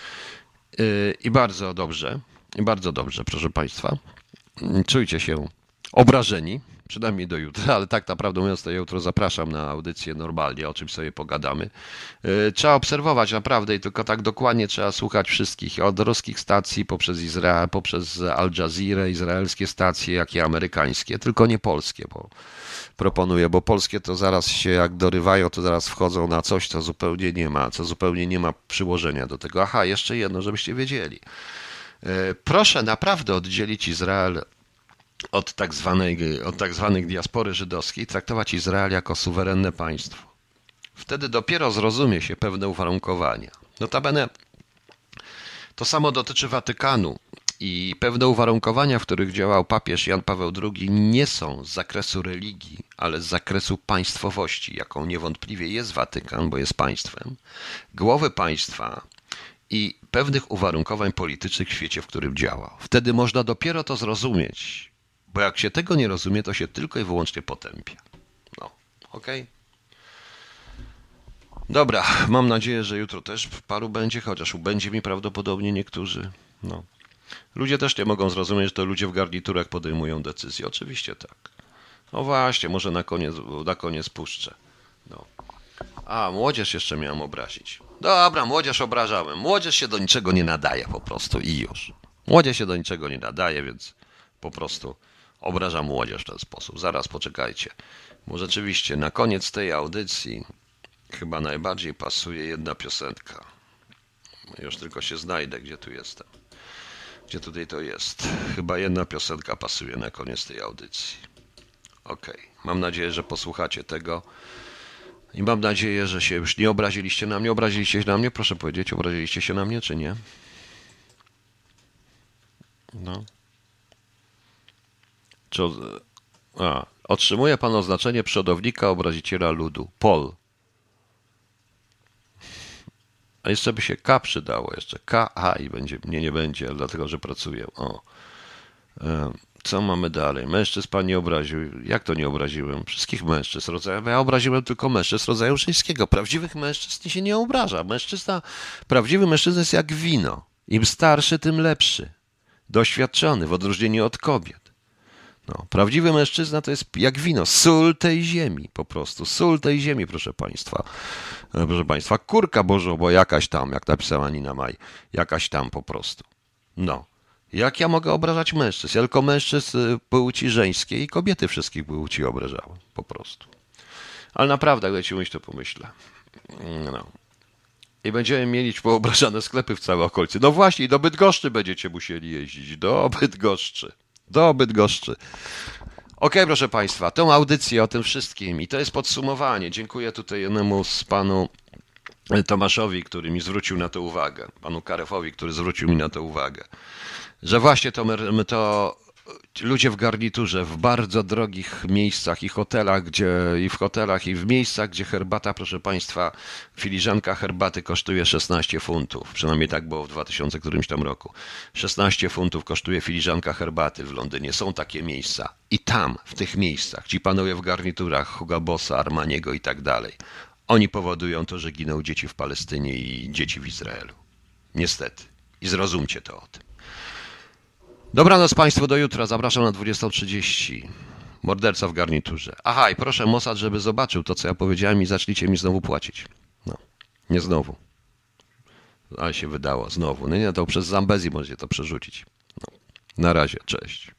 I bardzo dobrze, proszę państwa. Czujcie się obrażeni, przynajmniej do jutra, ale tak naprawdę mówiąc, to jutro zapraszam na audycję normalnie, o czym sobie pogadamy. Trzeba obserwować naprawdę i tylko tak dokładnie trzeba słuchać wszystkich, od ruskich stacji poprzez Izrael, poprzez Al Jazeera, izraelskie stacje, jak i amerykańskie, tylko nie polskie, bo proponuję, bo polskie to zaraz się jak dorywają, to zaraz wchodzą na coś, co zupełnie nie ma przyłożenia do tego. Aha, jeszcze jedno, żebyście wiedzieli. Proszę naprawdę oddzielić Izrael od tak zwanych diaspory żydowskiej, traktować Izrael jako suwerenne państwo. Wtedy dopiero zrozumie się pewne uwarunkowania. Notabene to samo dotyczy Watykanu i pewne uwarunkowania, w których działał papież Jan Paweł II, nie są z zakresu religii, ale z zakresu państwowości, jaką niewątpliwie jest Watykan, bo jest państwem, głowy państwa i pewnych uwarunkowań politycznych w świecie, w którym działał. Wtedy można dopiero to zrozumieć, bo jak się tego nie rozumie, to się tylko i wyłącznie potępia. No, okej? Dobra, mam nadzieję, że jutro też paru będzie, chociaż ubędzie mi prawdopodobnie niektórzy. No. Ludzie też nie mogą zrozumieć, że to ludzie w garniturach podejmują decyzje. Oczywiście tak. No właśnie, może na koniec puszczę. No. A, młodzież jeszcze miałem obrazić. Dobra, młodzież obrażałem. Młodzież się do niczego nie nadaje po prostu i już. Młodzież się do niczego nie nadaje, więc po prostu obrażam młodzież w ten sposób. Zaraz poczekajcie. Bo rzeczywiście na koniec tej audycji chyba najbardziej pasuje jedna piosenka. Już tylko się znajdę, gdzie tu jestem. Gdzie tutaj to jest? Chyba jedna piosenka pasuje na koniec tej audycji. Okej. Mam nadzieję, że posłuchacie tego. I mam nadzieję, że się już nie obraziliście na mnie. Obraziliście się na mnie? Proszę powiedzieć, obraziliście się na mnie, czy nie? No. Otrzymuje pan oznaczenie przodownika obraziciela ludu. Pol. A jeszcze by się K przydało. Jeszcze K, A i będzie. Mnie nie będzie, dlatego że pracuję. Co mamy dalej? Mężczyzn pan nie obraził. Jak to nie obraziłem? Wszystkich mężczyzn rodzaju. Ja obraziłem tylko mężczyzn rodzaju żeńskiego. Prawdziwych mężczyzn się nie obraża. Prawdziwy mężczyzna jest jak wino. Im starszy, tym lepszy. Doświadczony, w odróżnieniu od kobiet. No, prawdziwy mężczyzna to jest jak wino, sól tej ziemi po prostu, sól tej ziemi, proszę państwa. Proszę państwa, kurka Bożo, bo jakaś tam, jak napisała Nina Maj, jakaś tam po prostu. No, jak ja mogę obrażać mężczyzn? Ja tylko mężczyzn płci żeńskiej i kobiety wszystkich płci obrażałem, po prostu. Ale naprawdę, jak ci mówić, to pomyślę. No. I będziemy mieli poobrażane sklepy w całej okolicy. No właśnie, do Bydgoszczy będziecie musieli jeździć, do Bydgoszczy. Do Bydgoszczy. Okej, proszę państwa, tę audycję o tym wszystkim i to jest podsumowanie. Dziękuję tutaj jednemu z panu Tomaszowi, który mi zwrócił na to uwagę, panu Karefowi, który zwrócił mi na to uwagę, że właśnie to ludzie w garniturze, w bardzo drogich miejscach i hotelach i w miejscach, gdzie herbata, proszę państwa, filiżanka herbaty kosztuje 16 funtów. Przynajmniej tak było w 2000 którymś tam roku. 16 funtów kosztuje filiżanka herbaty w Londynie. Są takie miejsca. I tam, w tych miejscach, ci panowie w garniturach, Hugo Bossa, Armaniego i tak dalej, oni powodują to, że giną dzieci w Palestynie i dzieci w Izraelu. Niestety. I zrozumcie to o tym. Dobranoc państwu, do jutra. Zapraszam na 20:30. Morderca w garniturze. Aha, i proszę Mossad, żeby zobaczył to, co ja powiedziałem i zacznijcie mi znowu płacić. No, nie znowu. Ale się wydało, znowu. No nie, to przez Zambezi możecie to przerzucić. No. Na razie, cześć.